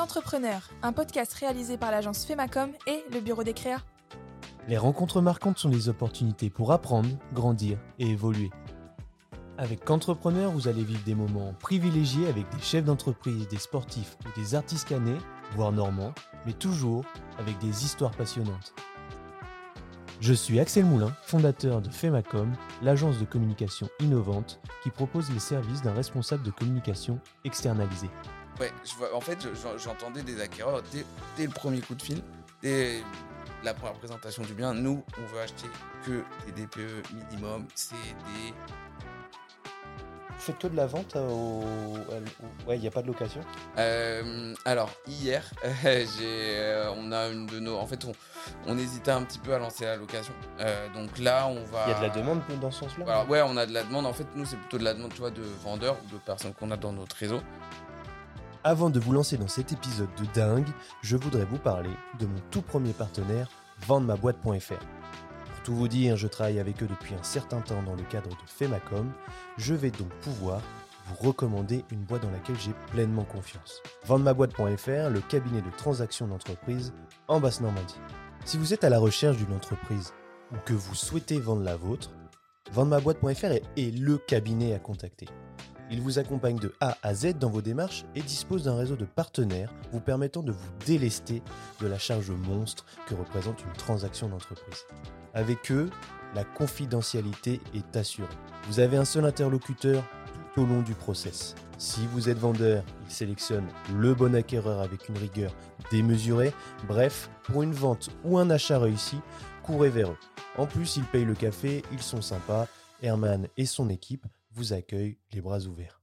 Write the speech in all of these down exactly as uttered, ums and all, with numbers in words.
Qu'entrepreneur, un podcast réalisé par l'agence Femacom et le bureau des créas. Les rencontres marquantes sont des opportunités pour apprendre, grandir et évoluer. Avec Qu'entrepreneur, vous allez vivre des moments privilégiés avec des chefs d'entreprise, des sportifs ou des artistes canés, voire normands, mais toujours avec des histoires passionnantes. Je suis Axel Moulin, fondateur de Femacom, l'agence de communication innovante qui propose les services d'un responsable de communication externalisé. Ouais, je vois, en fait, je, j'entendais des acquéreurs dès, dès le premier coup de fil, dès la première présentation du bien. Nous, on veut acheter que des D P E minimum, C D. Vous faites que de la vente au... Ouais, il n'y a pas de location euh, Alors, hier, euh, j'ai, euh, on a une de nos... En fait, on, on hésitait un petit peu à lancer la location. Euh, donc là, on va... Il y a de la demande dans ce sens-là Alors, ouais, on a de la demande. En fait, nous, c'est plutôt de la demande, tu vois, de vendeurs ou de personnes qu'on a dans notre réseau. Avant de vous lancer dans cet épisode de dingue, je voudrais vous parler de mon tout premier partenaire, vendre ma boîte point f r. Pour tout vous dire, je travaille avec eux depuis un certain temps dans le cadre de Femacom. Je vais donc pouvoir vous recommander une boîte dans laquelle j'ai pleinement confiance. vendre ma boîte point f r, le cabinet de transactions d'entreprise en Basse-Normandie. Si vous êtes à la recherche d'une entreprise ou que vous souhaitez vendre la vôtre, vendre ma boîte point f r est, est le cabinet à contacter. Il vous accompagne de A à Z dans vos démarches et dispose d'un réseau de partenaires vous permettant de vous délester de la charge monstre que représente une transaction d'entreprise. Avec eux, la confidentialité est assurée. Vous avez un seul interlocuteur tout au long du process. Si vous êtes vendeur, il sélectionne le bon acquéreur avec une rigueur démesurée. Bref, pour une vente ou un achat réussi, courez vers eux. En plus, ils payent le café, ils sont sympas. Herman et son équipe vous accueille les bras ouverts.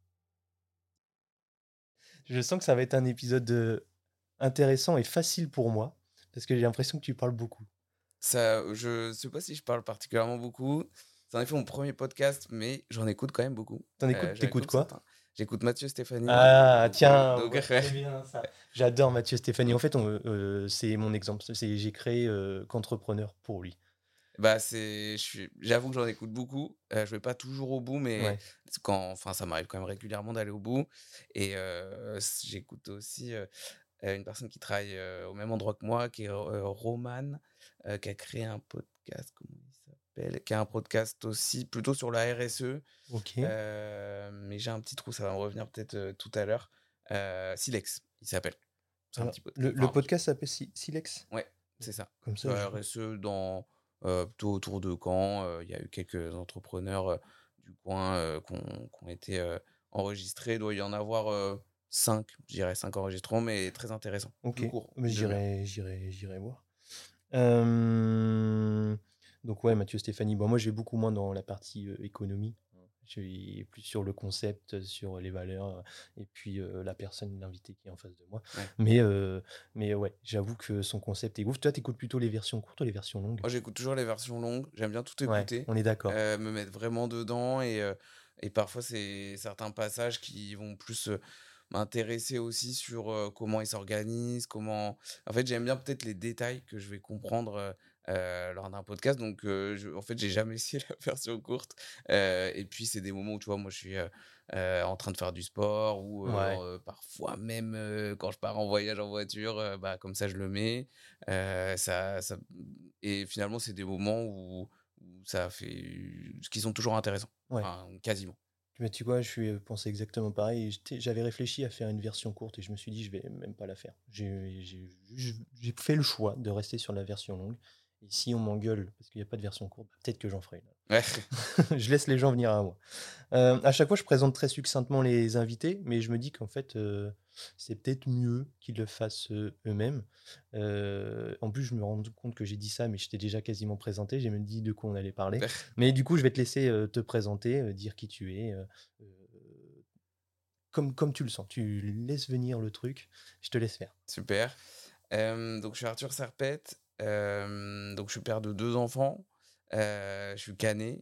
Je sens que ça va être un épisode de... intéressant et facile pour moi, parce que j'ai l'impression que tu parles beaucoup. Ça, je sais pas si je parle particulièrement beaucoup. C'est en effet mon premier podcast, mais j'en écoute quand même beaucoup. T'en écoutes, Euh, t'écoutes quoi? certains. J'écoute Mathieu Stéphanie. Ah, donc, tiens, donc, ouais, ouais. c'est bien ça. J'adore Mathieu Stéphanie. En fait, on, euh, c'est mon exemple. C'est, j'ai créé euh, Qu'entrepreneur pour lui. Bah c'est, je suis, j'avoue que j'en écoute beaucoup. Euh, je vais pas toujours au bout, mais Ouais. quand, enfin, ça m'arrive quand même régulièrement d'aller au bout. Et euh, j'écoute aussi euh, une personne qui travaille euh, au même endroit que moi, qui est euh, Roman, euh, qui a créé un podcast, comment il s'appelle, qui a un podcast aussi plutôt sur la R S E. Ok. Euh, mais j'ai un petit trou, ça va me revenir peut-être euh, tout à l'heure. Euh, Silex, il s'appelle. C'est Alors, un petit podcast. le, le Enfin, podcast s'appelle Si- Silex. ouais, c'est ça. Comme ça, Sur je... la R S E, dans, euh, plutôt autour de Caen, euh, il y a eu quelques entrepreneurs euh, du coin euh, qui ont été euh, enregistrés. Il doit y en avoir euh, cinq, je dirais cinq enregistrements, mais très intéressant. Ok. Plus court. Mais une demi-heure. j'irai, j'irai, j'irai voir. Euh, Donc ouais, Mathieu Stéphanie. Bon, moi, je vais beaucoup moins dans la partie euh, économie. Je vais plus sur le concept, sur les valeurs, euh, et puis euh, la personne, l'invité qui est en face de moi. Ouais. Mais, euh, mais ouais, j'avoue que son concept est ouf. Toi, t'écoutes plutôt les versions courtes ou les versions longues? Moi, j'écoute toujours les versions longues. J'aime bien tout Ouais, écouter, on est d'accord. euh, me mettre vraiment dedans. Et, euh, et parfois, c'est certains passages qui vont plus euh, m'intéresser aussi sur euh, comment ils s'organisent, comment... En fait, j'aime bien peut-être les détails que je vais comprendre euh, euh, lors d'un podcast. Donc, euh, je... en fait, j'ai jamais essayé la version courte. Euh, et puis, c'est des moments où, tu vois, moi, je suis euh, euh, en train de faire du sport ou euh, Ouais. euh, parfois même euh, quand je pars en voyage en voiture, euh, bah, comme ça, je le mets. Euh, ça, ça... Et finalement, c'est des moments où, où ça fait... qui sont toujours intéressants. Ouais. Enfin, quasiment. Mais tu vois, je suis euh, pensé exactement pareil. J'étais- J'avais réfléchi à faire une version courte et je me suis dit, je vais même pas la faire. J'ai j'ai- j'ai- j'ai fait le choix de rester sur la version longue. Et si on m'engueule parce qu'il n'y a pas de version courte, bah, peut-être que j'en ferai une. Ouais. Je laisse les gens venir à moi. Euh, à chaque fois, je présente très succinctement les invités, mais je me dis qu'en fait, euh, c'est peut-être mieux qu'ils le fassent euh, eux-mêmes. Euh, en plus, je me rends compte que j'ai dit ça, mais je t'ai déjà quasiment présenté. J'ai même dit de quoi on allait parler. Mais du coup, je vais te laisser euh, te présenter, euh, dire qui tu es, euh, euh, comme, comme tu le sens. Tu laisses venir le truc. Je te laisse faire. Super. Euh, donc, je suis Arthur Serpette. Euh, donc, je suis père de deux enfants. Euh, je suis canet.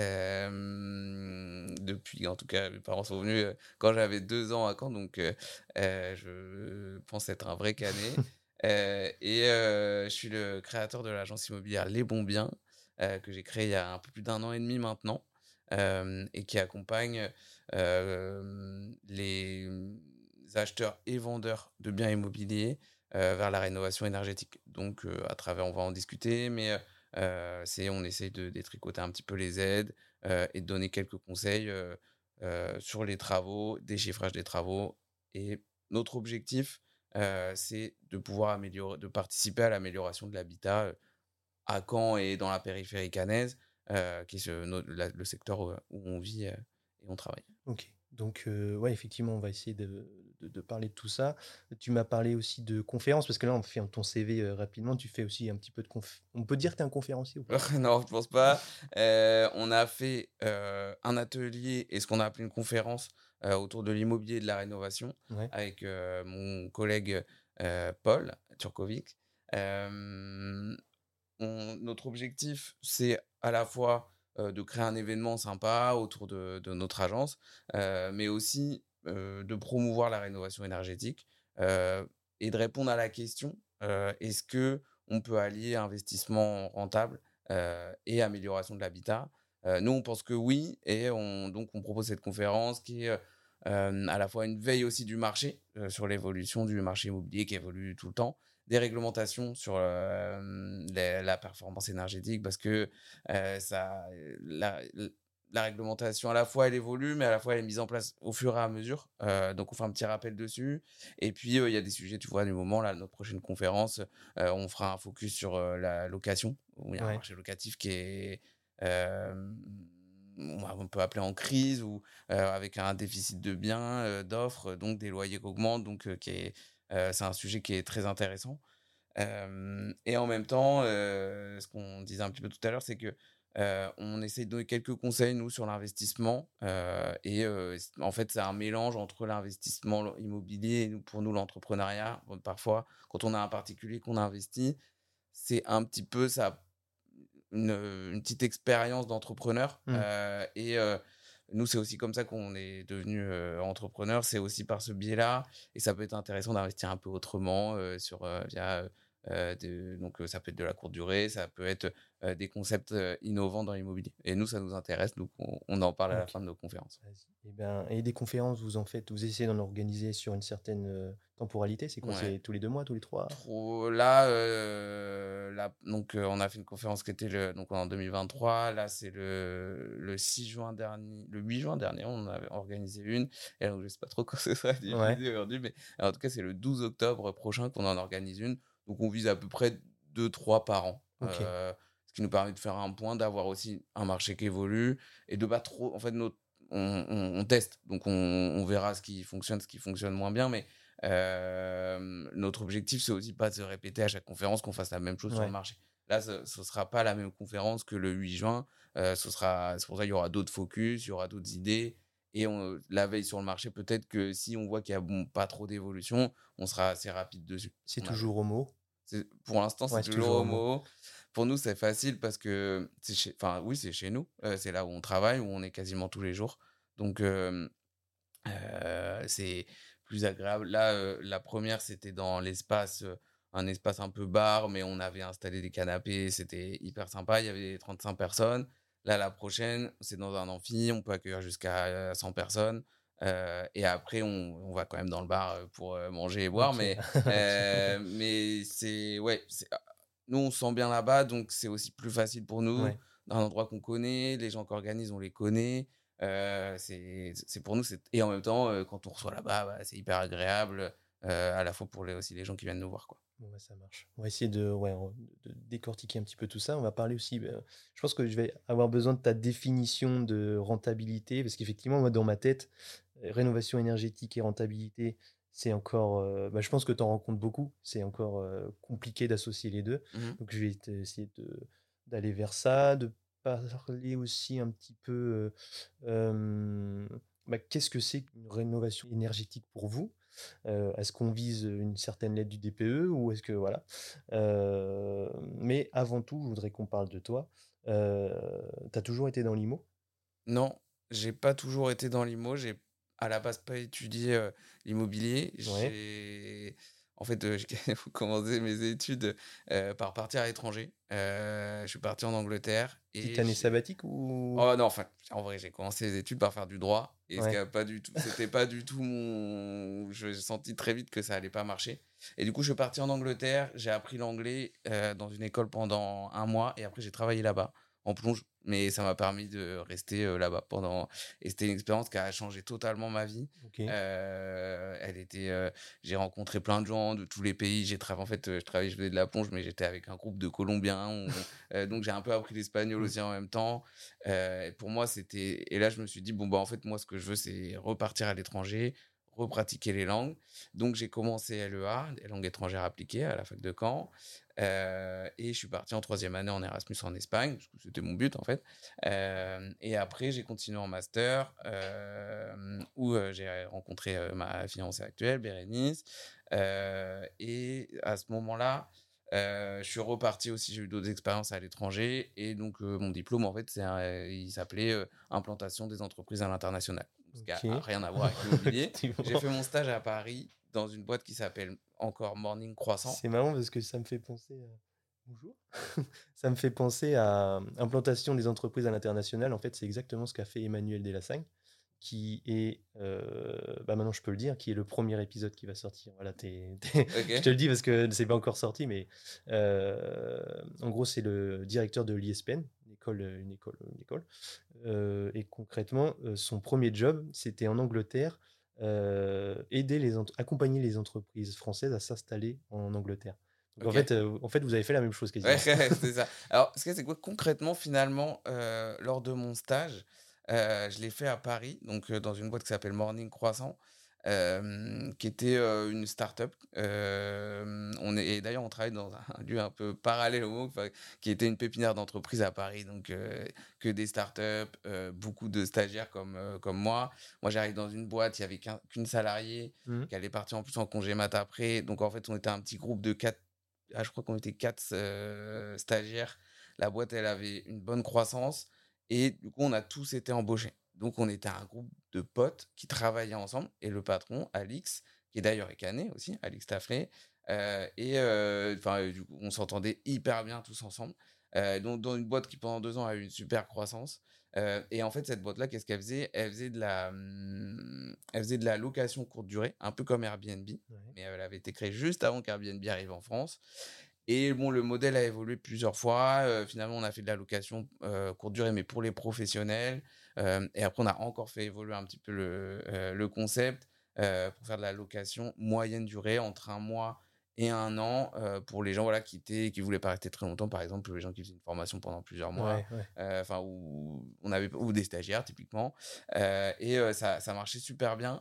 Euh, depuis, en tout cas, mes parents sont venus euh, quand j'avais deux ans à Caen. Donc, euh, euh, je pense être un vrai canet. Euh, et euh, je suis le créateur de l'agence immobilière Les Bons Biens, euh, que j'ai créé il y a un peu plus d'un an et demi maintenant, euh, et qui accompagne euh, les acheteurs et vendeurs de biens immobiliers euh, vers la rénovation énergétique. Donc, euh, à travers, on va en discuter, mais euh, c'est, on essaye de détricoter un petit peu les aides euh, et de donner quelques conseils euh, euh, sur les travaux, déchiffrage des travaux. Et notre objectif, euh, c'est de pouvoir améliorer, de participer à l'amélioration de l'habitat euh, à Caen et dans la périphérie caennaise, euh, qui est ce- no- la- le secteur où, où on vit euh, et on travaille. Ok. Donc, euh, ouais, effectivement, on va essayer de, de- de parler de tout ça. Tu m'as parlé aussi de conférences, parce que là, on fait ton C V euh, rapidement. Tu fais aussi un petit peu de conf... On peut dire que tu es un conférencier ou pas? Non, je pense pas. Euh, on a fait euh, un atelier et ce qu'on a appelé une conférence euh, autour de l'immobilier et de la rénovation Ouais. avec euh, mon collègue euh, Paul Turkovic. Euh, on- notre objectif, c'est à la fois euh, de créer un événement sympa autour de, de notre agence, euh, mais aussi euh, de promouvoir la rénovation énergétique euh, et de répondre à la question euh, est-ce que on peut allier investissement rentable euh, et amélioration de l'habitat? Euh, Nous, on pense que oui, et on, donc on propose cette conférence qui est euh, à la fois une veille aussi du marché euh, sur l'évolution du marché immobilier qui évolue tout le temps, des réglementations sur euh, les- la performance énergétique parce que euh, ça, la, la réglementation à la fois elle évolue mais à la fois elle est mise en place au fur et à mesure. Euh, donc on fait un petit rappel dessus et puis euh, il y a des sujets, tu vois, du moment là notre prochaine conférence euh, on fera un focus sur euh, la location où il y a un Ouais. marché locatif qui est euh, on peut appeler en crise ou euh, avec un déficit de biens, euh, d'offres, donc des loyers qui augmentent, donc euh, qui est euh, c'est un sujet qui est très intéressant. Euh, et en même temps, euh, ce qu'on disait un petit peu tout à l'heure, c'est que euh, on essaie de donner quelques conseils, nous, sur l'investissement. Euh, et euh, c- en fait, c'est un mélange entre l'investissement immobilier et nous, pour nous, l'entrepreneuriat. Bon, parfois, quand on a un particulier qu'on investit, c'est un petit peu ça, une, une petite expérience d'entrepreneur. Hmm. Euh, et euh, nous, c'est aussi comme ça qu'on est devenu euh, entrepreneur. C'est aussi par ce biais-là. Et ça peut être intéressant d'investir un peu autrement euh, sur, euh, via, euh, euh, de- donc, euh, ça peut être de la courte durée, ça peut être euh, des concepts euh, innovants dans l'immobilier. Et nous, ça nous intéresse. Donc, on, on en parle à la Ok. fin de nos conférences. Vas-y. Et, ben, et des conférences, vous en faites, vous essayez d'en organiser sur une certaine euh, temporalité. C'est quoi? Ouais. C'est tous les deux mois, tous les trois? Trop là, euh, là donc euh, on a fait une conférence qui était le donc en deux mille vingt-trois. Là c'est le le six juin dernier, le huit juin dernier on en avait organisé une, et donc je sais pas trop quand ce sera Ouais. diffusé aujourd'hui, mais en tout cas c'est le douze octobre prochain qu'on en organise une, donc on vise à peu près deux trois par an. Ok. Euh, ce qui nous permet de faire un point, d'avoir aussi un marché qui évolue et de pas trop en fait notre on, on, on teste, donc on, on verra ce qui fonctionne, ce qui fonctionne moins bien, mais euh, notre objectif, c'est aussi pas de se répéter à chaque conférence qu'on fasse la même chose sur le Ouais. marché. Là, ce ne sera pas la même conférence que le huit juin. Euh, ce sera, c'est pour ça qu'il y aura d'autres focus, il y aura d'autres idées. Et on, la veille sur le marché, peut-être que si on voit qu'il n'y a bon, pas trop d'évolution, on sera assez rapide dessus. C'est On a- toujours homo. c'est- pour l'instant, c'est Ouais, c'est toujours toujours homo. homo. Pour nous, c'est facile parce que c'est chez, enfin, oui, c'est chez nous. Euh, c'est là où on travaille, où on est quasiment tous les jours. Donc, euh, Heu, c'est plus agréable. Là, heu, la première c'était dans l'espace, heu, un espace un peu bar, mais on avait installé des canapés, c'était hyper sympa, il y avait trente-cinq personnes. Là, la prochaine, c'est dans un amphi, on peut accueillir jusqu'à, heu, cent personnes, heu et après on on va quand même dans le bar, heu, pour, heu, manger et boire, Ok. mais Ok. heu, mais c'est ouais, c'est ah, nous on se sent bien là-bas, donc c'est aussi plus facile pour nous, Ouais. dans un endroit qu'on connaît, les gens qui organisent, on les connaît. Heu, c'est c'est pour nous, c'est et en même temps, heu, quand on reçoit là-bas, bah, c'est hyper agréable, heu, à la fois pour les aussi les gens qui viennent nous voir, quoi. Bon, bah, ça marche. On va essayer de, ouais, on- de décortiquer un petit peu tout ça. On va parler aussi. euh, je pense que je vais avoir besoin de ta définition de rentabilité, parce qu'effectivement, moi, dans ma tête, euh, rénovation énergétique et rentabilité, c'est encore. euh, bah, je pense que tu en rencontres beaucoup. C'est encore euh, compliqué d'associer les deux. Mmh mh. Donc, je vais te- essayer de d'aller vers ça, de parler aussi un petit peu. euh, euh, bah, qu'est-ce que c'est qu'une rénovation énergétique pour vous? Euh, est-ce qu'on vise une certaine lettre du D P E ou est-ce que voilà. Euh, mais avant tout, je voudrais qu'on parle de toi. Euh, tu as toujours été dans l'IMO? Non, j'ai pas toujours été dans l'immo, j'ai à la base pas étudié, heu, l'immobilier. Ouais. J'ai En fait, heu, j'ai commencé mes études, heu, par partir à l'étranger. Heu, je suis parti en Angleterre Petite et année j'ai sabbatique ou? oh non, enfin, en vrai, j'ai commencé les études par faire du droit et ce qui Ouais. a pas du tout c'était pas du tout mon j'ai senti très vite que ça allait pas marcher et du coup, je suis parti en Angleterre, j'ai appris l'anglais, heu, dans une école pendant un mois et après j'ai travaillé là-bas en plonge, mais ça m'a permis de rester, heu, là-bas pendant et c'était une expérience qui a changé totalement ma vie. Heu, OK. elle était, heu j'ai rencontré plein de gens de tous les pays. J'ai trava en fait, heu, je travaillais je faisais de la plonge, mais j'étais avec un groupe de Colombiens. On heu, donc j'ai un peu appris l'espagnol Mmh. aussi en même temps. Heu, pour moi, c'était et là, je me suis dit: «Bon, bah, en fait, moi, ce que je veux, c'est repartir à l'étranger, repratiquer les langues». Donc j'ai commencé L E A, les langues étrangères appliquées, à la fac de Caen. Heu et je suis parti en troisième année en Erasmus en Espagne, parce que c'était mon but, en fait. Hem et après, j'ai continué en master, hem, où, heu, j'ai rencontré, heu, ma fiancée actuelle, Bérénice. Heu et à ce moment-là, heu, je suis reparti aussi, j'ai eu d'autres expériences à l'étranger et donc heu, mon diplôme, en fait, c'est un il s'appelait, heu, «Implantation des entreprises à l'international», ce qui a OK. rien à voir avec l'immobilier. J'ai Effectivement. fait mon stage à Paris dans une boîte qui s'appelle encore Morning Croissant. C'est marrant parce que ça me fait penser à bonjour. Ça me fait penser à mmh, implantation des entreprises à l'international. En fait, c'est exactement ce qu'a fait Emmanuel Delassagne, qui est, heu, bah, maintenant je peux le dire, qui est le premier épisode qui va sortir. Voilà, tu es je te OK. le dis parce que c'est pas encore sorti, mais, heu, en gros, c'est le directeur de l'I S P N, une école, heu, une école, une école, heu et concrètement, heu, son premier job, c'était en Angleterre, heu, aider les ent accompagner les entreprises françaises à s'installer en Angleterre. Donc en OK. fait, heu, en fait, vous avez fait la même chose Ouais, quasiment. c'est ça. Alors, ce qu'il y a, c'est quoi concrètement, finalement, heu, lors de mon stage, heu, je l'ai fait à Paris, donc heu, dans une boîte qui s'appelle Morning Croissant, hem, qui était, heu, une start-up. Hem, on est et d'ailleurs, on travaille dans un lieu un peu parallèle au MOOC, enfin, qui était une pépinière d'entreprise à Paris, donc heu, que des start-up, heu, beaucoup de stagiaires comme, heu, comme moi. Moi, j'arrive dans une boîte, il y avait qu'un qu'une salariée Mmh. qui allait partir en plus en congé mat après, donc en fait, on était un petit groupe de quatre. Ah, je crois qu'on était quatre heu, stagiaires. La boîte, elle avait une bonne croissance et du coup, on a tous été embauchés. Donc on était un groupe de potes qui travaillaient ensemble et le patron, Alix, qui est d'ailleurs est canet aussi, Alix Tafflet, heu et heu, enfin, heu, du coup, on s'entendait hyper bien tous ensemble. Heu, donc dans une boîte qui, pendant deux ans, a eu une super croissance, heu et en fait, cette boîte-là, qu'est-ce qu'elle faisait? Elle faisait de la, mmh, elle faisait de la location courte durée, un peu comme Airbnb, Ouais. mais elle avait été créée juste avant qu'Airbnb arrive en France et bon, le modèle a évolué plusieurs fois. Heu, finalement, on a fait de la location, heu, courte durée, mais pour les professionnels. Hem et après, on a encore fait évoluer un petit peu le, heu, le concept, heu, pour faire de la location moyenne durée, entre un mois et un an, heu, pour les gens, voilà, qui étaient qui voulaient pas rester très longtemps. Par exemple, les gens qui faisaient une formation pendant plusieurs mois, Ouais, ouais. heu, enfin, ou on avait ou des stagiaires typiquement, heu et heu, ça ça marchait super bien.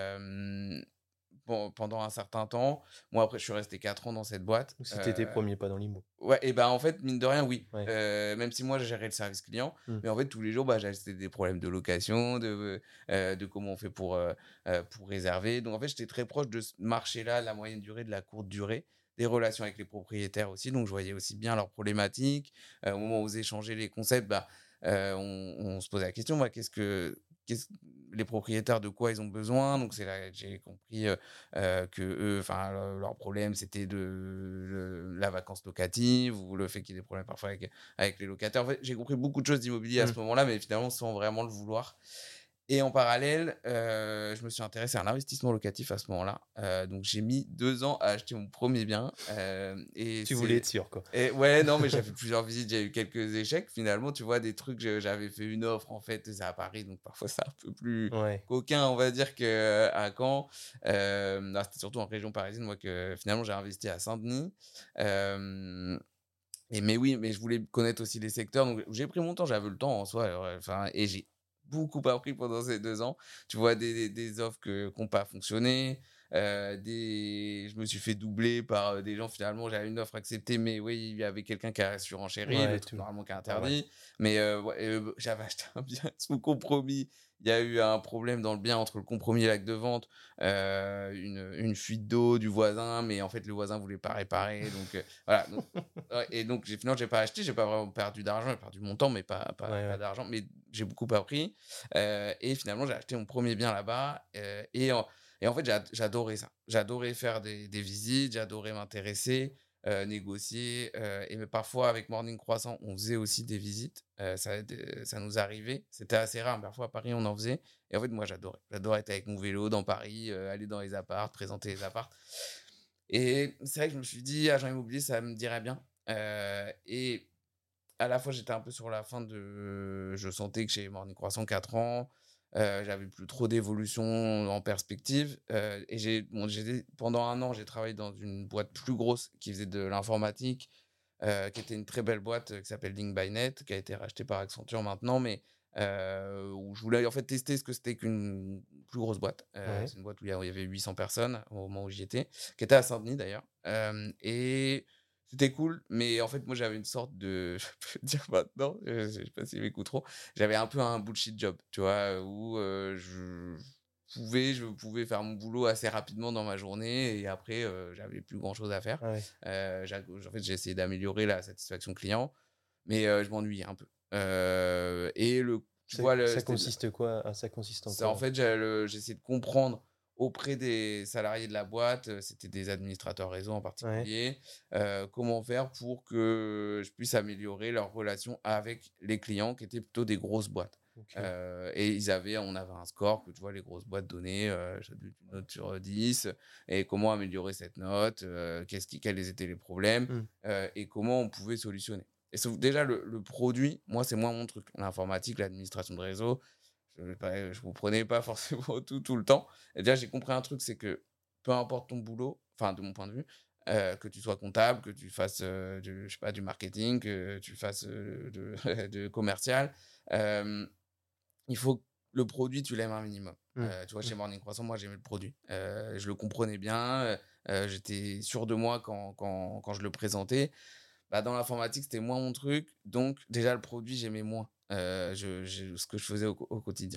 Hem Pen pendant un certain temps. Moi, après, je suis resté quatre ans dans cette boîte. Donc c'était tes Heu, premiers pas dans l'IMO. ouais et ben, en fait, mine de rien, oui. Ouais. Heu, même si moi, je gérais le service client, Mmh. mais en fait, tous les jours, bah, j'avais des problèmes de location, de, heu, de comment on fait pour, heu heu, pour réserver. Donc en fait, j'étais très proche de ce marché-là, la moyenne durée, de la courte durée, des relations avec les propriétaires aussi. Donc je voyais aussi bien leurs problématiques. Heu, au moment où vous échangez les concepts, bah, heu, on on se posait la question, bah, qu'est-ce que qu'est-ce les propriétaires, de quoi ils ont besoin? Donc c'est là que j'ai compris, heu heu, qu'eux, enfin, le leur problème, c'était de le la vacance locative ou le fait qu'il y ait des problèmes parfois avec avec les locataires. En fait, j'ai compris beaucoup de choses d'immobilier à Mmh. ce moment-là, mais finalement sans vraiment le vouloir et en parallèle, heu, je me suis intéressé à l'investissement locatif à ce moment-là. Heu, donc j'ai mis deux ans à acheter mon premier bien, hem et Tu voulais être c'est sûr, quoi. et ouais, non, mais j'ai fait plusieurs visites, j'ai eu quelques échecs finalement, tu vois? Des trucs, je j'avais fait une offre en fait, c'est à Paris, donc parfois c'est un peu plus Ouais. coquin, on va dire, qu'à Caen. Hem, bah, c'était surtout en région parisienne, moi, que finalement j'ai investi à Saint-Denis. Hem et mais oui, mais je voulais connaître aussi les secteurs, donc j'ai pris mon temps, j'avais le temps en soi, alors, heu, enfin et j'ai beaucoup appris pendant ces deux ans. Tu vois des des des offres que qui ont pas fonctionné, heu, des je me suis fait doubler par, heu, des gens, finalement, j'avais une offre acceptée, mais oui, il y avait quelqu'un qui a surenchéri, le Ouais, truc tout. normalement qui est Ah ouais. interdit. Mais, heu, ouais, heu, j'avais acheté un bien sous compromis. Il y a eu un problème dans le bien entre le compromis et l'acte de vente, heu, une, une fuite d'eau du voisin, mais en fait, le voisin voulait pas réparer, donc, heu, voilà, donc ouais et donc j'ai finalement j'ai pas acheté, j'ai pas vraiment perdu d'argent, j'ai perdu mon temps, mais pas Ouais, pas pas ouais. d'argent, mais j'ai beaucoup appris, heu et finalement j'ai acheté mon premier bien là-bas, heu et en Et en fait, j'a j'adorais ça. J'adorais faire des des visites, j'adorais m'intéresser, heu, négocier, heu et mais parfois avec Morning Croissant, on faisait aussi des visites, heu, ça d ça nous arrivait. C'était assez rare, mais parfois à Paris, on en faisait et en fait, moi, j'adorais. J'adorais être avec mon vélo dans Paris, heu, aller dans les apparts, présenter les apparts et c'est vrai que je me suis dit: «Agent immobilier, ça me dirait bien», heu et à la fois, j'étais un peu sur la fin de je sentais que chez Morning Croissant quatre ans, heu, j'avais plus trop d'évolution en perspective, heu et j'ai bon, j'ai pendant un an, j'ai travaillé dans une boîte plus grosse qui faisait de l'informatique, heu, qui était une très belle boîte, heu, qui s'appelle Link by Net, qui a été rachetée par Accenture maintenant, mais heu, où je voulais en fait tester ce que c'était qu'une plus grosse boîte. Heu, Ouais. c'est une boîte où il y a il y avait huit cents personnes au moment où j'y étais, qui était à Saint-Denis d'ailleurs, hem et c'était cool, mais en fait, moi, j'avais une sorte de je peux le dire maintenant, heu, je sais pas s'ils m'écoutent trop, j'avais un peu un bullshit job, tu vois? Où, heu, je pouvais je pouvais faire mon boulot assez rapidement dans ma journée et après, heu, j'avais plus grand chose à faire. Ah ouais. Heu, j'a en fait, j'ai essayé d'améliorer la satisfaction client, mais heu, je m'ennuyais un peu. Heu et le tu Ça vois, le ça c'était de consiste quoi? Ah, ça consiste en c'est en quoi? fait, j'ai le j'essayais de comprendre auprès des salariés de la boîte, heu, c'était des administrateurs réseau en Ouais. particulier, heu, comment faire pour que je puisse améliorer leur relation avec les clients qui étaient plutôt des grosses boîtes. OK. Heu et ils avaient on avait un score que tu vois les grosses boîtes donnaient, heu, je sais plus, une note sur, dix et comment améliorer cette note, heu, qu'est-ce qui quels étaient les problèmes, Mmh. heu et comment on pouvait solutionner. Et sauf déjà le le produit, moi, c'est moins mon truc. L'informatique, l'administration de réseau, je vais pas je vous prenais pas forcément tout, tout le temps. Et déjà, j'ai compris un truc, c'est que peu importe ton boulot, enfin de mon point de vue, heu, que tu sois comptable, que tu fasses, heu, du je sais pas, du marketing, que tu fasses, heu, de de commercial, hem, il faut que le produit, tu l'aimes un minimum. Mmh. Heu, tu vois, chez Mmh. Morning Croissant, moi, j'aimais le produit. Heu, je le comprenais bien, heu heu, j'étais sûr de moi quand quand quand je le présentais. Bah, dans l'informatique, c'était moins mon truc, donc déjà le produit, j'aimais moins, heu, je je ce que je faisais au au quotidien.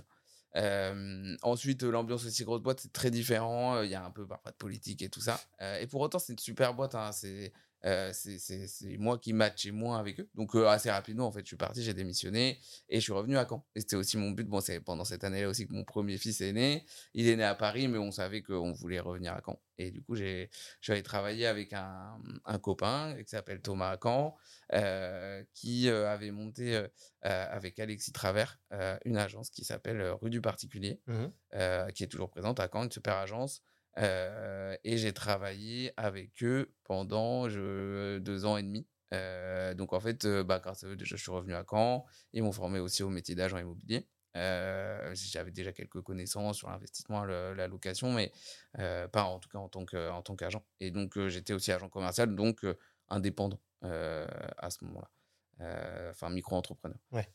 Hem, ensuite, heu, l'ambiance aussi grosse boîte, c'est très différent, heu, il y a un peu parfois de politique et tout ça, heu et pour autant, c'est une super boîte, hein, c'est, heu, c'est c'est c'est moi qui matchais moins avec eux, donc heu, assez rapidement, en fait, je suis parti, j'ai démissionné et je suis revenu à Caen et c'était aussi mon but. Bon, c'est pendant cette année-là aussi que mon premier fils est né. Il est né à Paris, mais on savait qu'on voulait revenir à Caen et du coup, j'ai je suis allé travailler avec un un copain qui s'appelle Thomas à Caen, heu, qui, heu, avait monté, heu heu, avec Alexis Travers, heu, une agence qui s'appelle, heu, Rue du Particulier, Mmh mh. heu, qui est toujours présente à Caen, une super agence, heu et j'ai travaillé avec eux pendant je deux ans et demi. Heu, donc en fait, heu, bah, grâce à eux, déjà, je suis revenu à Caen. Ils m'ont formé aussi au métier d'agent immobilier. Heu, j'avais déjà quelques connaissances sur l'investissement, le la location, mais heu, pas en tout cas en tant que en tant qu'agent et donc heu, j'étais aussi agent commercial, donc heu, indépendant, heu, à ce moment-là, heu, enfin micro-entrepreneur. Ouais.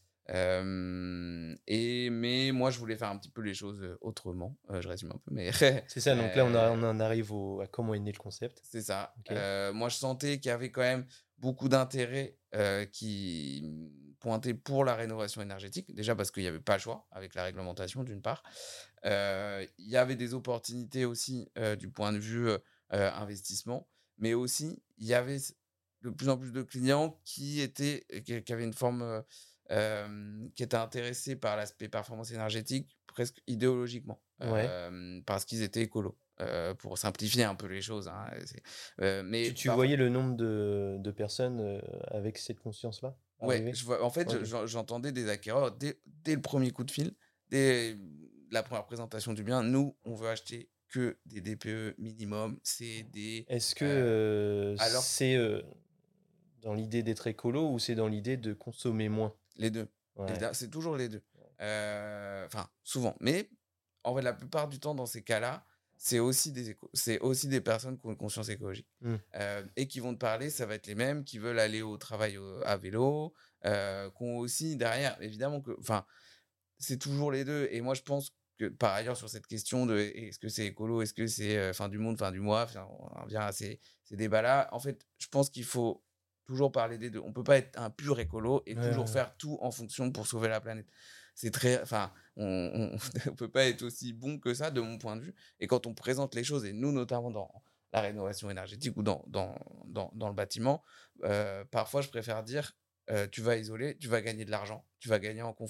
Hem et mais moi, je voulais faire un petit peu les choses, heu, autrement, heu, je résume un peu, mais C'est ça, donc là, on a heu, on en arrive au à comment est né le concept. c'est ça. OK. Heu, moi, je sentais qu'il y avait quand même beaucoup d'intérêt, heu, qui, mmh, pointait pour la rénovation énergétique. Déjà parce qu'il y avait pas le choix avec la réglementation, d'une part. Heu, il y avait des opportunités aussi, heu, du point de vue, heu heu, investissement, mais aussi il y avait s de plus en plus de clients qui étaient qui qui avaient une forme, heu, hem, qui étaient intéressés par l'aspect performance énergétique presque idéologiquement, Ouais. hem, parce qu'ils étaient écolos, heu, pour simplifier un peu les choses, hein, c'est, heu, Tu mais tu parfois voyais le nombre de de personnes, heu, avec cette conscience-là ouais, arriver? je vois en fait, je OK. j'en j'entendais des acquéreurs dès dès le premier coup de fil, dès la première présentation du bien: «Nous, on veut acheter que des D P E minimum, c'est des» Est-ce que, heu, heu, alors c'est, heu, dans l'idée d'être écolo ou c'est dans l'idée de consommer moins? les deux, Ouais. évidemment, c'est toujours les deux, heu, enfin souvent, mais en fait, la plupart du temps dans ces cas-là, c'est aussi des éco c'est aussi des personnes qui ont une conscience écologique, Mmh. heu et qui vont te parler, ça va être les mêmes qui veulent aller au travail, heu, à vélo, heu, qui ont aussi derrière évidemment que enfin c'est toujours les deux et moi je pense que par ailleurs sur cette question de est-ce que c'est écolo? Est-ce que c'est, heu, fin du monde, fin du mois? Enfin, on en revient à ces ces débats-là. En fait, je pense qu'il faut toujours parler des deux. On peut pas être un pur écolo et Ouais, ouais, toujours ouais. faire tout en fonction pour sauver la planète. C'est très enfin, on on on peut pas être aussi bon que ça de mon point de vue et quand on présente les choses et nous notamment dans la rénovation énergétique ou dans dans dans dans le bâtiment, heu, parfois je préfère dire, heu: «Tu vas isoler, tu vas gagner de l'argent, tu vas gagner en confort»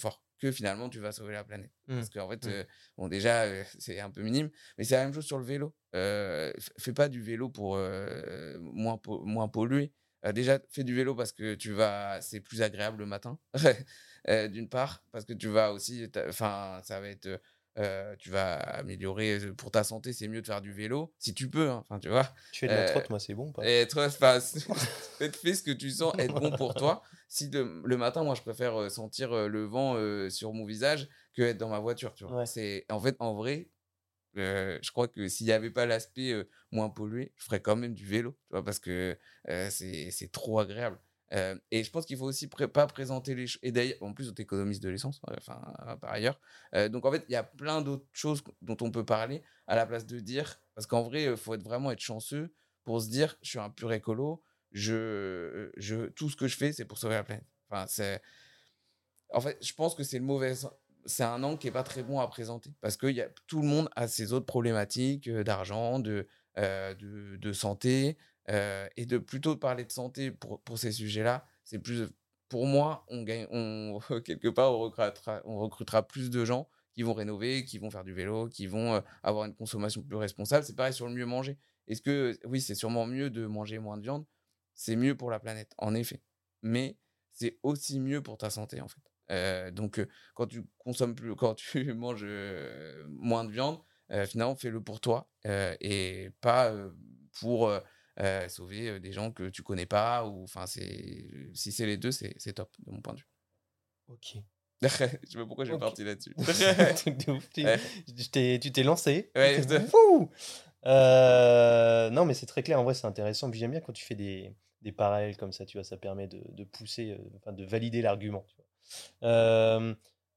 que finalement tu vas sauver la planète. Mmh. Parce qu'en fait, Mmh. euh, bon, déjà, euh, c'est un peu minime, mais c'est la même chose sur le vélo. Euh, f- fais pas du vélo pour euh, moins, po- moins polluer. Euh, déjà, fais du vélo parce que tu vas, c'est plus agréable le matin, euh, d'une part, parce que tu vas aussi, t'as- enfin, ça va être, euh, tu vas améliorer euh, pour ta santé, c'est mieux de faire du vélo, si tu peux, hein, enfin, tu vois. Tu fais de la Euh, trotte, moi, c'est bon ou pas? et toi, enfin, fais fais ce que tu sens être bon pour toi. Si le, le matin, moi, je préfère euh, sentir euh, le vent euh, sur mon visage que être dans ma voiture, tu vois. Ouais. C'est, en fait, en vrai, euh, je crois que s'il n'y avait pas l'aspect euh, moins pollué, je ferais quand même du vélo, tu vois, parce que euh, c'est, c'est trop agréable. Euh, et je pense qu'il faut aussi pré- pas présenter les choses. Et d'ailleurs, en plus, on t'économise de l'essence, euh, enfin, euh, par ailleurs. Euh, donc, en fait, il y a plein d'autres choses dont on peut parler à la place de dire. Parce qu'en vrai, il faut être, vraiment être chanceux pour se dire je suis un pur écolo, je, je, tout ce que je fais, c'est pour sauver la planète. Enfin, c'est, en fait, je pense que c'est le mauvais. C'est un angle qui est pas très bon à présenter parce que y a, tout le monde a ses autres problématiques euh, d'argent, de, euh, de, de santé euh, et de plutôt de parler de santé pour, pour ces sujets-là. C'est plus, pour moi, on gagne, on quelque part, on recrutera, on recrutera plus de gens qui vont rénover, qui vont faire du vélo, qui vont euh, avoir une consommation plus responsable. C'est pareil sur le mieux manger. Est-ce que, oui, c'est sûrement mieux de manger moins de viande. C'est mieux pour la planète, en effet. Mais c'est aussi mieux pour ta santé, en fait. Euh, donc, euh, quand tu consommes plus, quand tu manges euh, moins de viande, euh, finalement, fais-le pour toi euh, et pas euh, pour euh, euh, sauver euh, des gens que tu connais pas. Ou, enfin, c'est si c'est les deux, c'est c'est top de mon point de vue. Ok. Je sais pas pourquoi j'ai Ok. parti là-dessus. Truc de ouf, tu Ouais, je t'ai- tu t'es lancé. ouais, Tu t'es- je- Wouhou. Euh, non, mais c'est très clair. En vrai, c'est intéressant. Puis j'aime bien quand tu fais des, des parallèles comme ça. Tu vois, ça permet de, de pousser, euh, enfin, de valider l'argument. Tu vois. Euh,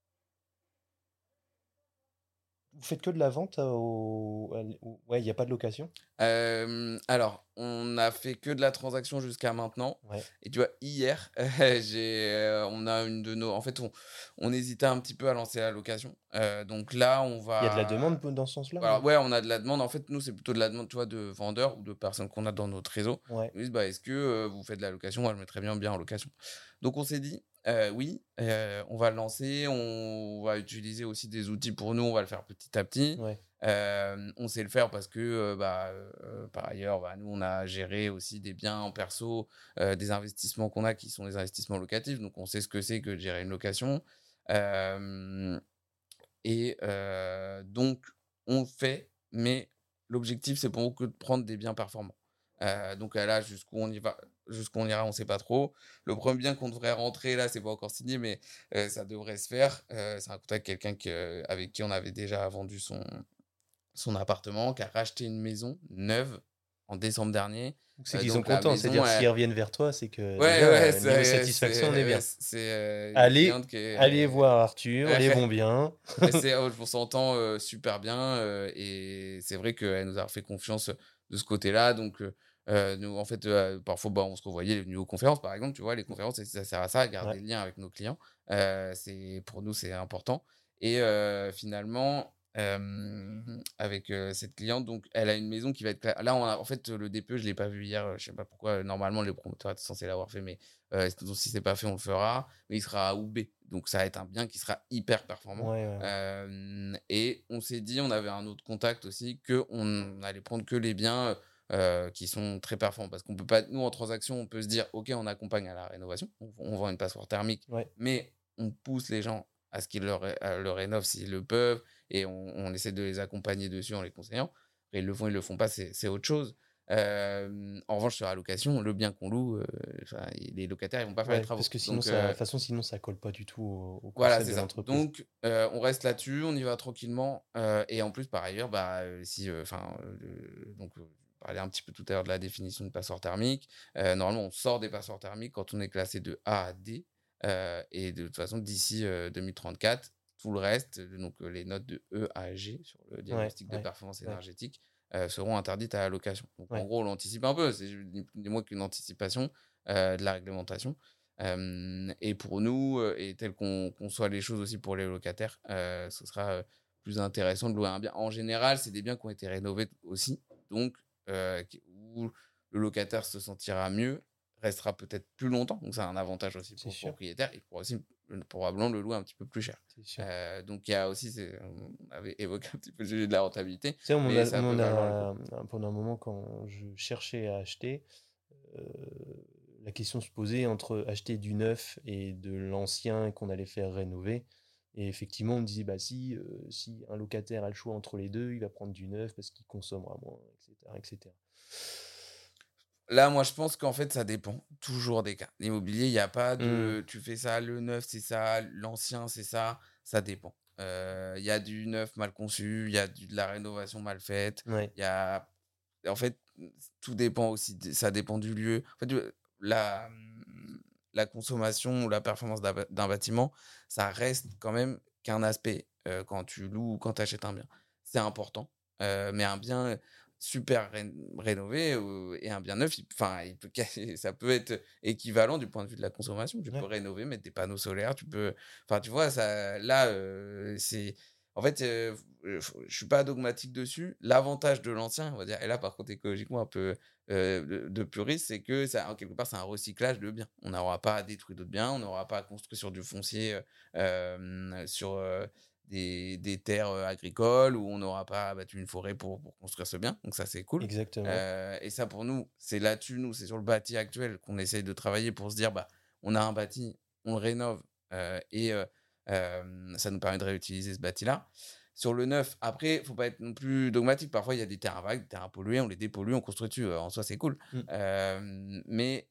vous faites que de la vente euh, au... à l- au- Ouais, il n'y a pas de location. Euh, alors, on a fait que de la transaction jusqu'à maintenant. Ouais. Et tu vois, hier, euh, j'ai, euh, on a une de nos. En fait, on, on hésitait un petit peu à lancer la location. Euh, donc là, on Il y a de la va. demande dans ce sens-là. Alors, ou- ouais, on a de la demande. En fait, nous, c'est plutôt de la demande, tu vois, de vendeurs ou de personnes qu'on a dans notre réseau. Ouais. Ils disent, bah, est-ce que euh, vous faites de la location? Moi, je mettrais bien bien en location. Donc, on s'est dit, euh, oui, euh, on va le lancer. On va utiliser aussi des outils pour nous. On va le faire petit à petit. Ouais. Euh, on sait le faire parce que, euh, bah, euh, par ailleurs, bah, nous, on a géré aussi des biens en perso, euh, des investissements qu'on a qui sont des investissements locatifs. Donc, on sait ce que c'est que de gérer une location. Euh, et euh, donc, on le fait, mais l'objectif, c'est pour nous que de prendre des biens performants. Euh, donc euh, là, jusqu'où on y va, jusqu'où on ira, on ne sait pas trop. Le premier bien qu'on devrait rentrer, là, c'est pas encore signé, mais euh, ça devrait se faire. Euh, c'est un contact quelqu'un que- avec qui on avait déjà vendu son, son appartement, qui a racheté une maison neuve en décembre dernier. Donc, c'est Euh, qu'ils sont donc la contents. maison, C'est-à-dire, elle- s'ils reviennent vers toi, c'est que ouais, déjà, ouais, euh, niveau c'est, satisfaction, on est c'est, ouais, bien. c'est euh, une Allez, cliente qui allez est. voir Arthur, les bons biens. Et c'est, oh, on s'entend euh, super bien euh, et c'est vrai qu'elle nous a fait confiance de ce côté-là. Donc, euh, euh, nous, en fait, euh, parfois, bah, on se revoyait les aux conférences, par exemple. Tu vois, les conférences, ça sert à ça, à garder Ouais. le lien avec nos clients. Euh, c'est, pour nous, c'est important. Et euh, finalement, euh, avec euh, cette cliente, donc, elle a une maison qui va être cla- là. On a, en fait, le D P E, je l'ai pas vu hier. euh, Je sais pas pourquoi. Normalement, les promoteurs étaient censés l'avoir fait, mais euh, donc, si c'est pas fait, on le fera. Mais il sera à Oubé, donc ça va être un bien qui sera hyper performant. Ouais, ouais, ouais. Euh, et on s'est dit, on avait un autre contact aussi, que on allait prendre que les biens euh, qui sont très performants, parce qu'on peut pas, nous en transaction, on peut se dire, ok, on accompagne à la rénovation, on, on vend une passoire thermique, Ouais. mais on pousse les gens à ce qu'ils le, ré- euh, le rénovent s'ils le peuvent, et on, on essaie de les accompagner dessus en les conseillant. Après, ils le font, ils le font pas, c'est c'est autre chose. Euh, en revanche, sur la location, le bien qu'on loue, euh, enfin, les locataires, ils vont pas faire les Ouais, travaux. parce que sinon, Donc, ça, de euh, toute façon, sinon, ça colle pas du tout au, au voilà, concept c'est de ça. l'entreprise. Donc, euh, on reste là-dessus, on y va tranquillement. euh, et en plus, par ailleurs, bah, euh, si, euh, enfin, euh, donc, euh, je parlais un petit peu tout à l'heure de la définition de passeport thermique. Euh, normalement, on sort des passeports thermiques quand on est classé de A à D. euh, et de toute façon, d'ici euh, deux mille trente-quatre, tout le reste, euh, donc euh, les notes de E à G sur le Ouais, diagnostic de ouais, performance ouais, énergétique euh, seront interdites à la location. Donc, en ouais. gros, on l'anticipe un peu. C'est ni plus ni moins qu'une anticipation euh, de la réglementation. Euh, et pour nous, euh, et tel qu'on conçoit les choses aussi pour les locataires, euh, ce sera euh, plus intéressant de louer un bien. En général, c'est des biens qui ont été rénovés aussi, donc euh, qui- où le locataire se sentira mieux, restera peut-être plus longtemps, donc c'est un avantage aussi C'est pour le sûr. propriétaire. Il pourra aussi le- probablement le louer un petit peu plus cher. C'est sûr. Euh, donc il y a aussi, c'est- on avait évoqué un petit peu le sujet de la rentabilité, Tu sais, on m'en mais a, ça on peut m'en valoir le coup. a- pendant un moment, quand je cherchais à acheter, euh, la question se posait entre acheter du neuf et de l'ancien qu'on allait faire rénover. Et effectivement, on me disait, bah si, euh, si un locataire a le choix entre les deux, il va prendre du neuf parce qu'il consommera moins, et cetera, et cetera. Là, moi, je pense qu'en fait, ça dépend toujours des cas. L'immobilier, il n'y a pas Hmm, de tu fais ça, le neuf, c'est ça, l'ancien, c'est ça. Ça dépend. Euh, Il y a du neuf mal conçu, il y a du- de la rénovation mal faite. ouais, Il y a. En fait, tout dépend aussi. de- Ça dépend du lieu. En fait, du- la, hum, la consommation ou la performance d'un ba- d'un bâtiment, ça reste quand même qu'un aspect euh, quand tu loues ou quand tu achètes un bien. C'est important. Euh, mais un bien super ré- rénové euh, et un bien neuf, il, enfin, il peut, casser- ça peut être équivalent du point de vue de la consommation. Tu peux ouais, rénover, mettre des panneaux solaires, tu peux, enfin, tu vois, ça, là, euh, c'est, en fait, euh, euh, faut- je suis pas dogmatique dessus. L'avantage de l'ancien, on va dire, et là, par contre, écologiquement un peu euh, de, de puriste, c'est que ça, en quelque part, c'est un recyclage de biens. On n'aura pas à détruire d'autres biens, on n'aura pas à construire sur du foncier, euh, euh, sur euh, des, des terres euh, agricoles où on n'aura pas abattu une forêt pour, pour construire ce bien. Donc ça, c'est cool. exactement. Euh, et ça, pour nous, c'est là-dessus, nous, c'est sur le bâti actuel qu'on essaye de travailler pour se dire, bah, on a un bâti, on le rénove euh, et euh, euh, ça nous permet de réutiliser ce bâti-là. Sur le neuf, après, faut pas être non plus dogmatique. Parfois, il y a des terrains vagues, des terrains pollués, on les dépollue, on construit dessus. Euh, En soi, c'est cool. Hmm. Euh, mais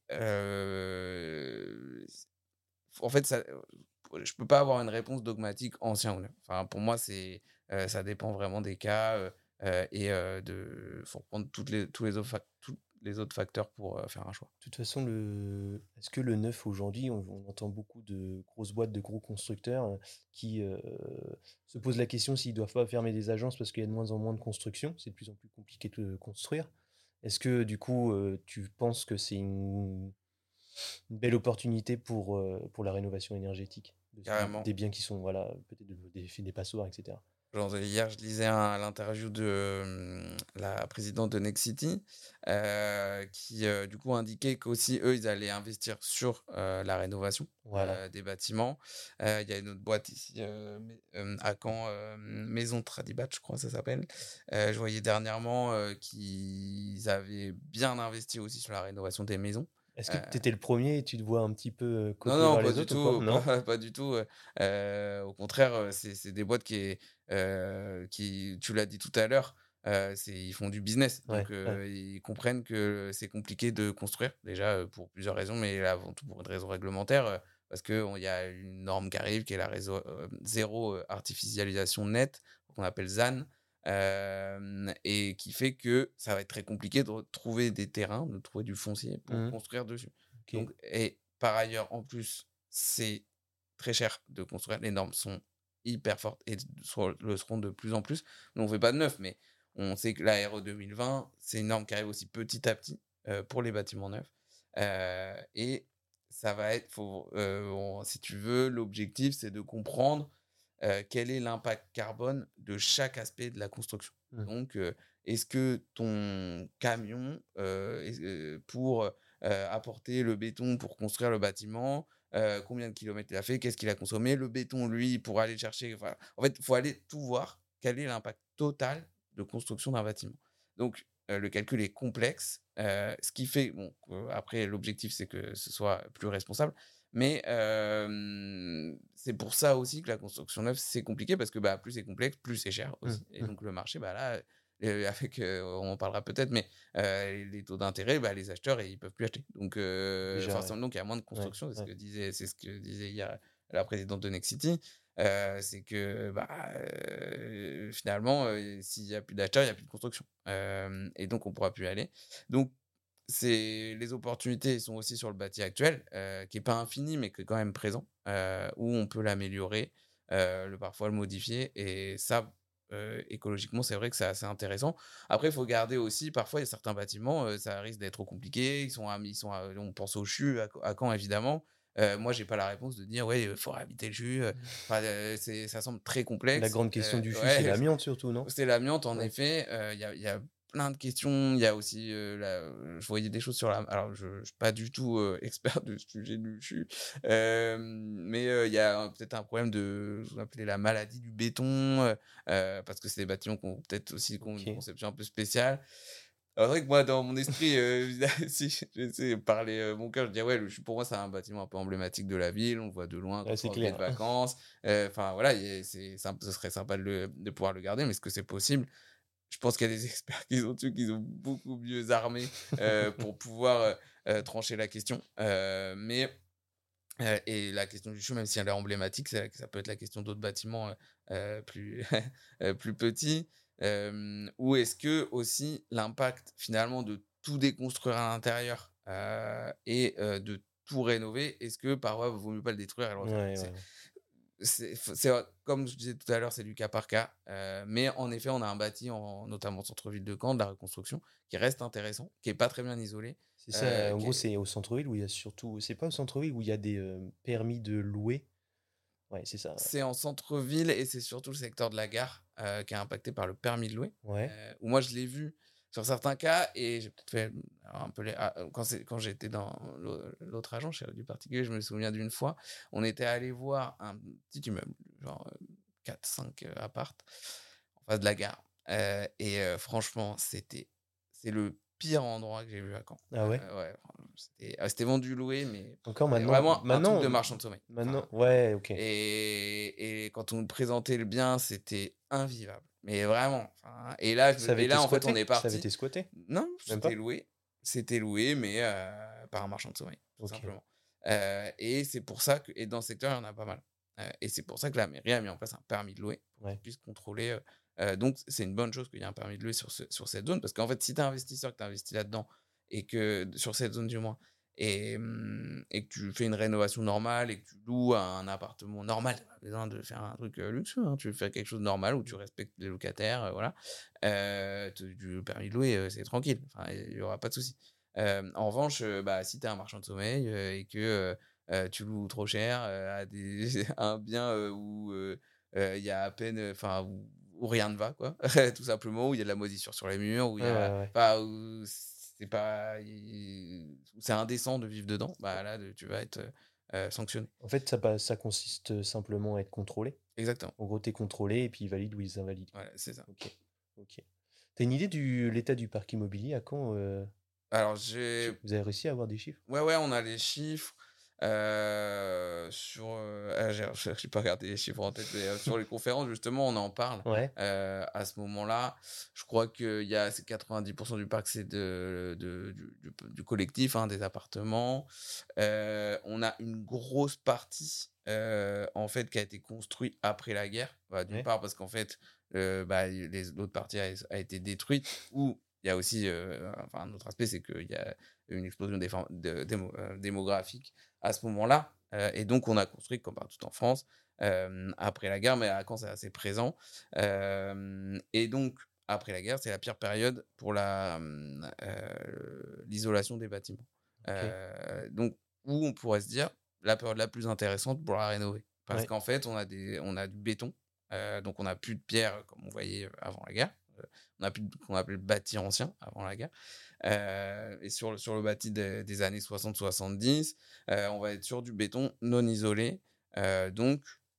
euh, en fait, ça, je peux pas avoir une réponse dogmatique ancien ou neuf. Enfin, pour moi, c'est, euh, ça dépend vraiment des cas euh, euh, et euh, de, faut prendre toutes les, tous les autres, fac- tous les autres facteurs pour euh, faire un choix. De toute façon, le... est-ce que le neuf aujourd'hui, on, on entend beaucoup de grosses boîtes, de gros constructeurs euh, qui euh, se posent la question s'ils ne doivent pas fermer des agences parce qu'il y a de moins en moins de construction, c'est de plus en plus compliqué de construire. Est-ce que du coup, euh, tu penses que c'est une, une belle opportunité pour, euh, pour la rénovation énergétique de- Carrément. des biens qui sont, voilà, peut-être de- des, des passoires, et cetera. Genre, hier, je lisais un- l'interview de hum, la présidente de Nexity euh, qui, euh, du coup, indiquait qu'aussi, eux, ils allaient investir sur euh, la rénovation Voilà. euh, des bâtiments. Euh, Il y a une autre boîte ici euh, mais- euh, à Caen, euh, Maison Tradibat, je crois que ça s'appelle. Euh, je voyais dernièrement euh, qu'ils avaient bien investi aussi sur la rénovation des maisons. Est-ce que Euh, tu étais le premier et tu te vois un petit peu euh, non, copier non, vers pas les du autres ou pas? tout, Non? pas, pas du tout. euh, euh, au contraire, euh, c'est c'est des boîtes qui, est, euh, qui, tu l'as dit tout à l'heure, euh, c'est, ils font du business. Ouais, Donc, ouais. euh, ils comprennent que c'est compliqué de construire, déjà euh, pour plusieurs raisons, mais là, avant tout pour une raison réglementaire, euh, parce qu'il y a une norme qui arrive, qui est la réseau, euh, zéro euh, artificialisation nette, qu'on appelle ZAN, euh, et qui fait que ça va être très compliqué de trouver des terrains, de trouver du foncier pour Mhm. construire dessus. Ok. Donc, et par ailleurs, en plus, c'est très cher de construire. Les normes sont hyper fortes et so- le seront de plus en plus. Nous, on ne fait pas de neuf, mais on sait que la R E deux mille vingt, c'est une norme qui arrive aussi petit à petit euh, pour les bâtiments neufs. Euh, et ça va être, faut, euh, on- si tu veux, l'objectif, c'est de comprendre euh, quel est l'impact carbone de chaque aspect de la construction. Mhm. Donc, euh, est-ce que ton camion, euh, est- euh, pour euh, apporter le béton pour construire le bâtiment, euh, combien de kilomètres il a fait, qu'est-ce qu'il a consommé, le béton, lui, pour aller chercher. Enfin, en fait, il faut aller tout voir, quel est l'impact total de construction d'un bâtiment. Donc, euh, le calcul est complexe, euh, ce qui fait, bon, euh, après, l'objectif, c'est que ce soit plus responsable, mais euh, c'est pour ça aussi que la construction neuve, c'est compliqué, parce que bah, plus c'est complexe, plus c'est cher Mhm. aussi. Et Mhm. donc, le marché, bah, là, euh, avec, euh, on en parlera peut-être, mais euh, les taux d'intérêt, bah, les acheteurs, ils peuvent plus acheter. Donc, euh, Déjà, ouais. forcément, donc, il y a moins de Ouais, construction. C'est ce ouais. que disait, c'est ce que disait hier la présidente de Nexity. Euh, c'est que bah, euh, finalement, euh, s'il n'y a plus d'acheteurs, il n'y a plus de construction. Euh, et donc, on ne pourra plus y aller. Donc, c'est, les opportunités sont aussi sur le bâti actuel, euh, qui n'est pas infini, mais qui est quand même présent, euh, où on peut l'améliorer, euh, le, parfois le modifier. Et ça, euh, écologiquement, c'est vrai que c'est assez intéressant. Après, il faut garder aussi, parfois, il y a certains bâtiments, euh, ça risque d'être trop compliqué. Ils sont, à- ils sont à- on pense au C H U, à, à Caen, évidemment. Euh, moi, j'ai pas la réponse de dire, ouais, il faut réhabiliter le C H U. euh, Mhm. Enfin, euh, c'est, ça semble très La complexe. grande question Euh, du C H U, c'est ouais, l'amiante surtout, non? c'est l'amiante, en Ouais. effet. Euh, Il y a, il y a plein de questions. Il y a aussi, euh, la- je voyais des choses sur la. Alors, je ne suis pas du tout euh, expert du sujet du C H U, euh, mais euh, il y a un- peut-être un problème de ce qu'on appelait la maladie du béton, euh, euh, parce que c'est des bâtiments qui ont peut-être aussi qui ont une Ok. conception un peu spéciale. Alors, c'est vrai que moi, dans mon esprit, euh, si j'essaie de parler euh, mon cœur, je dis ouais, le C H U, pour moi, c'est un bâtiment un peu emblématique de la ville. On le voit de loin quand Ouais, on c'est revient de clair. vacances. Euh, Enfin, voilà, il y a- c'est, c'est un- ce serait sympa de, le- de pouvoir le garder, mais est-ce que c'est possible? Je pense qu'il y a des experts qui sont dessus, qui sont beaucoup mieux armés euh, pour pouvoir euh, euh, trancher la question. Euh, mais euh, et la question du C H U, même si elle est emblématique, c'est- ça peut être la question d'autres bâtiments euh, euh, plus, euh, plus petits. Euh, ou est-ce que aussi l'impact finalement de tout déconstruire à l'intérieur euh, et euh, de tout rénover, est-ce que parfois il vaut mieux pas le détruire et le Ouais, refaire? ouais, C'est, ouais. c'est, c'est, comme je disais tout à l'heure, c'est du cas par cas. Euh, mais en effet, on a un bâti, en, notamment au centre-ville de Caen, de la reconstruction, qui reste intéressant, qui est pas très bien isolé. C'est euh, ça, en qui gros, est- c'est au centre-ville où il y a surtout. C'est pas au centre-ville où il y a des euh, permis de louer. Ouais, c'est ça. C'est en centre-ville et c'est surtout le secteur de la gare euh, qui est impacté par le permis de louer. Ouais. Euh, où moi, je l'ai vu sur certains cas et j'ai peut-être fait alors, un peu les... ah, quand, c'est- quand j'étais dans l'au- l'autre agent, chez du particulier, je me souviens d'une fois, on était allé voir un petit immeuble, genre quatre cinq euh, appartes en face de la gare. Euh, et euh, franchement, c'était c'est le pire endroit que j'ai vu à Caen. Ah ouais. Euh, ouais, c'était ah, c'était vendu loué, mais Encore c'est maintenant. vraiment un truc Maintenant. de marchand de sommeil. Maintenant. Enfin, Ouais, ok. et, et quand on nous présentait le bien, c'était invivable. Mais vraiment. Enfin, et là, je Ça me- avait et été là, en fait, on squatté? est Ça avait parti. été squatté? Non, Même c'était pas? loué. C'était loué, mais euh, par un marchand de sommeil, tout Ok. simplement. Euh, et c'est pour ça que, et dans ce secteur, il y en a pas mal. Euh, et c'est pour ça que la mairie a mis en place un permis de louer pour Ouais. qu'ils puissent contrôler. euh, euh, donc, c'est une bonne chose qu'il y ait un permis de louer sur, ce- sur cette zone. Parce qu'en fait, si tu es investisseur, que tu investis là-dedans, et que sur cette zone du moins, et, hum, et que tu fais une rénovation normale et que tu loues un appartement normal, pas besoin de faire un truc euh, luxueux, hein, tu fais quelque chose de normal où tu respectes les locataires, euh, voilà, euh, tu- du permis de louer, euh, c'est tranquille, enfin, il n'y aura pas de souci. Euh, en revanche, euh, bah, si tu es un marchand de sommeil euh, et que euh, euh, tu loues trop cher euh, à, des, à un bien euh, où euh, euh, il y a à peine, enfin, où, où rien ne va, quoi, tout simplement, où il y a de la moisissure sur les murs, où il Ouais, y ouais, a, ouais. enfin, où c'est pas, il- c'est indécent de vivre dedans, bah là, de- tu vas être euh, sanctionné. En fait, ça, pa- ça consiste simplement à être contrôlé. Exactement. En gros, t'es contrôlé et puis ils valident ou ils invalident. Voilà, c'est ça. Ok. Ok. T'as une idée de l'état du parc immobilier à quand euh, Alors, j'ai Vous avez réussi à avoir des chiffres? Ouais, ouais, on a les chiffres. euh, sur, euh, ah, j'ai j'ai pas regardé les chiffres en tête, mais euh, sur les conférences, justement, on en parle. Ouais. Euh, à ce moment-là, je crois qu'il y a c'est quatre-vingt-dix pour cent du parc, c'est de, de- du, du- du collectif, hein, des appartements. Euh, on a une grosse partie, euh, en fait, qui a été construite après la guerre. Bah, d'une Ouais. part, parce qu'en fait, euh, bah, les- l'autre partie a, a été détruite, ou il y a aussi, euh, enfin, un autre aspect, c'est qu'il y a une explosion des formes- de- démo- euh, démographique à ce moment-là. Euh, et donc, on a construit, comme partout en France, euh, après la guerre, mais à Caen, c'est assez présent. Euh, et donc, après la guerre, c'est la pire période pour la, euh, l'isolation des bâtiments. Ok. Euh, donc, où on pourrait se dire la période la plus intéressante pour la rénover. Parce Ouais. qu'en fait, on a, des, on a du béton, euh, donc on n'a plus de pierre comme on voyait avant la guerre. Euh, on n'a plus de- qu'on appelait le bâti ancien avant la guerre. Euh, et sur, le- sur le bâti des, des années soixante soixante-dix, euh, on va être sur du béton non isolé, euh, donc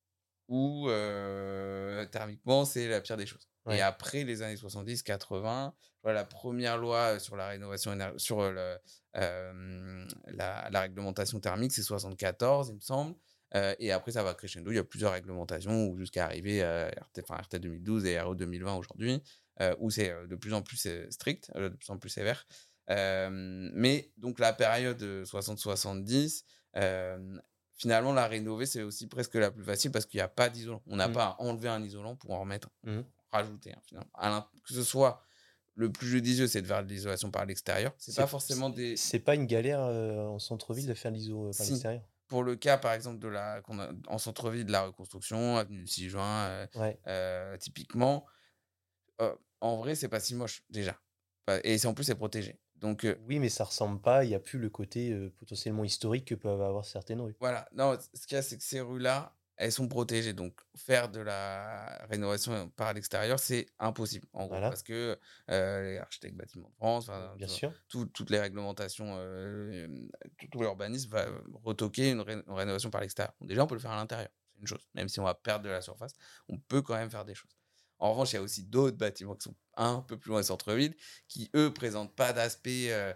où euh, thermiquement c'est la pire des choses. Et Ouais. après les années soixante-dix quatre-vingts, voilà, la première loi sur la rénovation éner- sur le, euh, la, la réglementation thermique, c'est soixante-quatorze, il me semble. Euh, et après, ça va crescendo. Il y a plusieurs réglementations ou jusqu'à arriver à R T, enfin, R T deux mille douze et R E deux mille vingt aujourd'hui, euh, où c'est euh, de plus en plus euh, strict, euh, de plus en plus sévère. Euh, mais donc, la période soixante soixante-dix, euh, finalement, la rénover, c'est aussi presque la plus facile parce qu'il n'y a pas d'isolant. On n'a Mm. pas à enlever un isolant pour en remettre, Mhm. rajouter, hein, finalement. À l'in- que ce soit le plus judicieux, c'est de faire de l'isolation par l'extérieur. C'est pas forcément des. C'est pas une galère euh, en centre-ville de faire l'I S O euh, par Si, l'extérieur? pour le cas, par exemple, de la, qu'on a, en centre-ville, de la reconstruction, avenue du six juin, euh, Ouais. euh, typiquement, euh, en vrai, c'est pas si moche, déjà. Bah, Et c'est- en plus, c'est protégé. Donc, euh, Oui, mais ça ressemble pas. Il n'y a plus le côté euh, potentiellement historique que peuvent avoir certaines rues. voilà. Non, ce qu'il y a, c'est que ces rues-là, elles sont protégées. Donc, faire de la rénovation par l'extérieur, c'est impossible, en gros. Voilà. Parce que euh, les architectes bâtiments de France, Euh, enfin, bien tu vois, sûr. tout- toutes les réglementations, euh, tout, tout l'urbanisme va retoquer une, ré- une rénovation par l'extérieur. Bon, déjà, on peut le faire à l'intérieur, c'est une chose. Même si on va perdre de la surface, on peut quand même faire des choses. En revanche, il y a aussi d'autres bâtiments qui sont un peu plus loin des centres-villes, qui, eux, présentent pas d'aspect euh,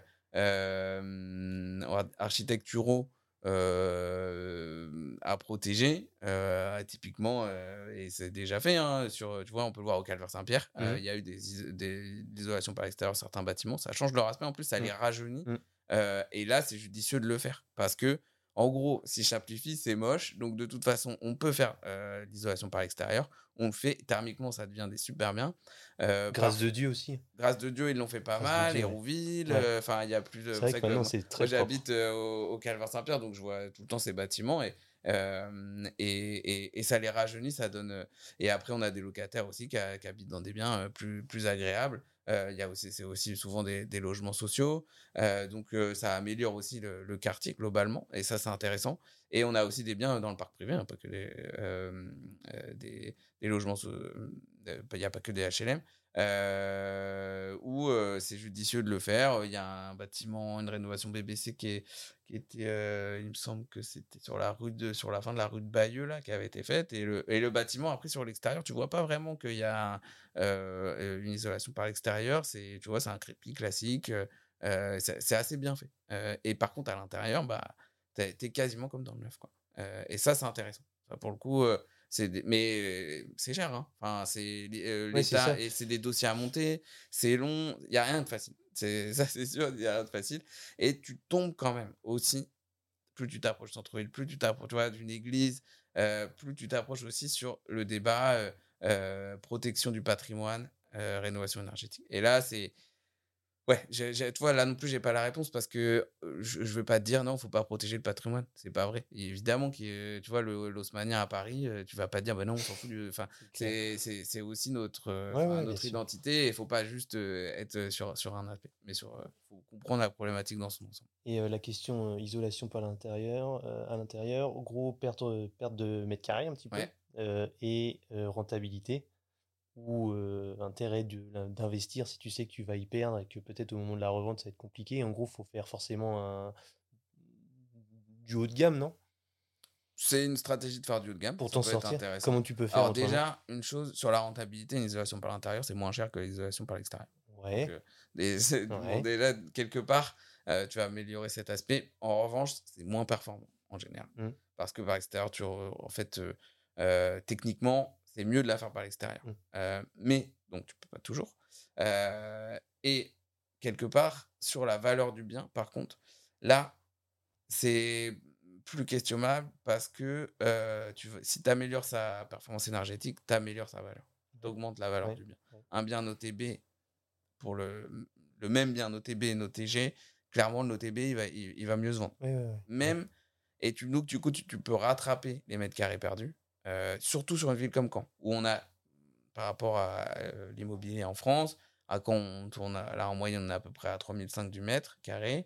euh, on va dire architecturaux euh, à protéger. Euh, typiquement, euh, et c'est déjà fait, hein, sur, tu vois, on peut le voir au Calvaire Saint-Pierre, euh, Mhm. il y a eu des, iso- des, des isolations par l'extérieur, certains bâtiments, ça change leur aspect, en plus, ça Mhm. les rajeunit. Mhm. Euh, et là, c'est judicieux de le faire, parce que, en gros, si je simplifie, c'est moche, donc de toute façon, on peut faire euh, l'isolation par l'extérieur, on le fait, thermiquement, ça devient des super bien. Euh, Grâce parfois, de Dieu aussi. grâce de Dieu, ils l'ont fait pas Grâce de mal, Dieu, ouais. Hérouville, Ouais. enfin, il y a plus de. C'est Vous vrai savez que que maintenant, moi, c'est moi, très propre. j'habite euh, au, au Calvaire Saint-Pierre, donc je vois tout le temps ces bâtiments et, euh, et, et, et ça les rajeunit, ça donne. euh, Et après, on a des locataires aussi qui, a- qui habitent dans des biens euh, plus, plus agréables. Euh, Il y a aussi, c'est aussi souvent des, des logements sociaux, euh, donc euh, ça améliore aussi le, le quartier globalement, et ça, c'est intéressant. Et on a aussi des biens dans le parc privé, hein, pas que des, euh, euh, des, des logements, so- euh, il n'y a pas que des H L M euh, où euh, c'est judicieux de le faire. Il y a un bâtiment, une rénovation B B C qui, est, qui était, euh, il me semble que c'était sur la rue de, sur la fin de la rue de Bayeux là, qui avait été faite. Et le, et le bâtiment, après sur l'extérieur, tu vois pas vraiment qu'il y a un, euh, une isolation par l'extérieur. C'est, tu vois, c'est un crépi classique. Euh, euh, c'est, c'est assez bien fait. Euh, et par contre, à l'intérieur, bah, t'es, t'es quasiment comme dans le neuf, quoi. Euh, et ça, c'est intéressant. Ça, pour le coup, euh, c'est des- mais euh, c'est cher, hein. Enfin, c'est l'I- euh, Ouais, c'est l'État ça. et c'est des dossiers à monter, c'est long, il y a rien de facile. C'est ça, c'est sûr, il y a rien de facile. Et tu tombes quand même aussi, plus tu t'approches du centre-ville, plus tu t'approches, tu vois, d'une église, euh, plus tu t'approches aussi sur le débat euh, euh, protection du patrimoine, euh, rénovation énergétique. Et là, c'est ouais, j'ai, j'ai- tu vois, là non plus, j'ai pas la réponse parce que euh, je, je veux pas te dire non, faut pas protéger le patrimoine. C'est pas vrai. Et évidemment, que, tu vois, le, l'Haussmannien à Paris, euh, tu vas pas dire, bah non, on s'en fout. du- Enfin, C'est clair. c'est, c'est, c'est aussi notre, euh, Ouais, enfin, ouais, bien notre sûr. identité. Il faut pas juste euh, être sur, sur un aspect, mais sur, euh, faut comprendre la problématique dans son ensemble. Et euh, la question euh, isolation par l'intérieur, euh, à l'intérieur, gros, perte, euh, perte de mètres carrés un petit peu, Ouais. euh, et euh, rentabilité, ou euh, intérêt de- d'investir si tu sais que tu vas y perdre et que peut-être au moment de la revente ça va être compliqué. En gros, faut faire forcément un... du haut de gamme, non? C'est une stratégie de faire du haut de gamme. Pour Ça t'en peut être sortir. Comment intéressant. tu peux faire Alors autrement? déjà, une chose sur la rentabilité, une isolation par l'intérieur, c'est moins cher que l'isolation par l'extérieur. Donc, Ouais, euh, des- c'est- bon, ouais. déjà, quelque part, euh, tu vas améliorer cet aspect. En revanche, c'est moins performant en général. Mm, Parce que par extérieur, tu, re- en fait, euh, euh, techniquement, c'est mieux de la faire par l'extérieur. mm. Euh, mais, donc, tu peux pas toujours. Euh, et quelque part, sur la valeur du bien, par contre, là, c'est plus questionnable parce que euh, tu veux, si tu améliores sa performance énergétique, tu améliores sa valeur. Tu Ouais, augmentes la valeur ouais, du bien. ouais. Un bien noté B, pour le, le même bien noté B et noté G, clairement, le noté B, il va, il, il va mieux se vendre. Ouais, ouais, ouais, ouais. Même, et tu, donc, du coup, tu, tu peux rattraper les mètres carrés perdus, euh, surtout sur une ville comme Caen, où on a, par rapport à euh, l'immobilier en France, à Caen, on tourne à- là en moyenne, on est à peu près à trois mille cinq du mètre carré.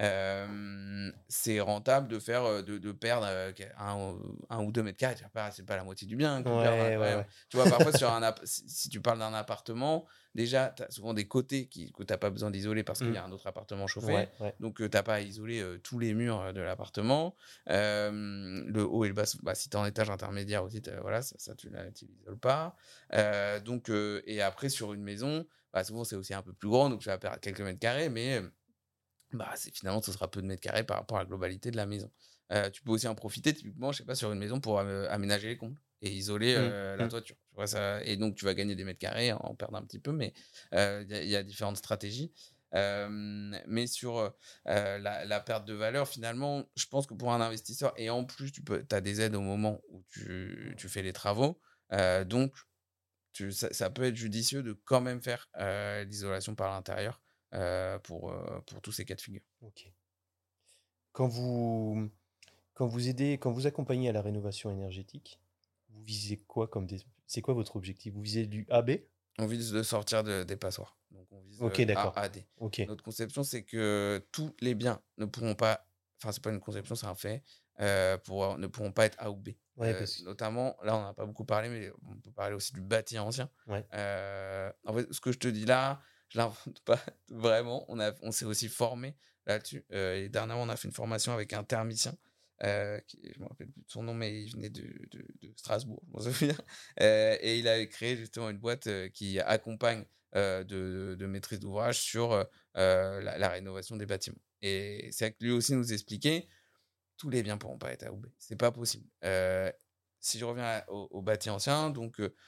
Euh, c'est rentable de faire euh, de, de perdre euh, un, ou- un ou deux mètres carrés. C'est pas, c'est pas la moitié du bien que de perdre. un- Ouais, ouais, ouais, ouais. tu vois, parfois, sur un app- si, si tu parles d'un appartement, déjà, tu as souvent des côtés qui, que tu n'as pas besoin d'isoler parce qu'il y Mm. a un autre appartement chauffé. Ouais, ouais. Donc, tu n'as pas à isoler euh, tous les murs euh, de l'appartement. Euh, le haut et le bas, bah, si tu es en étage intermédiaire aussi, t'as- voilà, ça, ça tu ne l'isoles pas. Euh, donc, euh, et après, sur une maison, bah, souvent, c'est aussi un peu plus grand, donc tu vas perdre quelques mètres carrés, mais euh, bah, c'est, finalement, ce sera peu de mètres carrés par rapport à la globalité de la maison. Euh, tu peux aussi en profiter, typiquement, je sais pas, sur une maison pour euh, aménager les combles et isoler Mm, euh, la mm. toiture. Tu vois, ça, et donc, tu vas gagner des mètres carrés, en perdre un petit peu, mais euh, il y, a- y a différentes stratégies. Euh, mais sur euh, la, la perte de valeur, finalement, je pense que pour un investisseur, et en plus, tu peux, as des aides au moment où tu, tu fais les travaux, euh, donc tu, ça, ça peut être judicieux de quand même faire euh, l'isolation par l'intérieur euh, pour, euh, pour tous ces cas de figure. Ok. Quand vous, quand vous aidez, quand vous accompagnez à la rénovation énergétique, vous visez quoi comme des... C'est quoi votre objectif? Vous visez du A B? On vise de sortir de- des passoires. Donc on vise Ok, euh, d'accord. A A D. Ok. Notre conception, c'est que tous les biens ne pourront pas, enfin c'est pas une conception, c'est un fait, euh, pour, ne pourront pas être A ou B. Ouais, Euh, parce que notamment, là, on n'a pas beaucoup parlé, mais on peut parler aussi du bâti ancien. ouais. Euh, en fait, ce que je te dis là, je l'invente pas vraiment. On a, on s'est aussi formé là-dessus. Euh, et dernièrement, on a fait une formation avec un thermicien. Euh, qui, je me rappelle plus de son nom, mais il venait de, de, de Strasbourg, je m'en souviens. Euh, et il avait créé justement une boîte euh, qui accompagne euh, de, de maîtrise d'ouvrage sur euh, la, la rénovation des bâtiments. Et c'est que lui aussi nous expliquait tous les biens pourront pas être A ou B. C'est pas possible. Euh, si je reviens à- au, au bâti ancien, donc euh,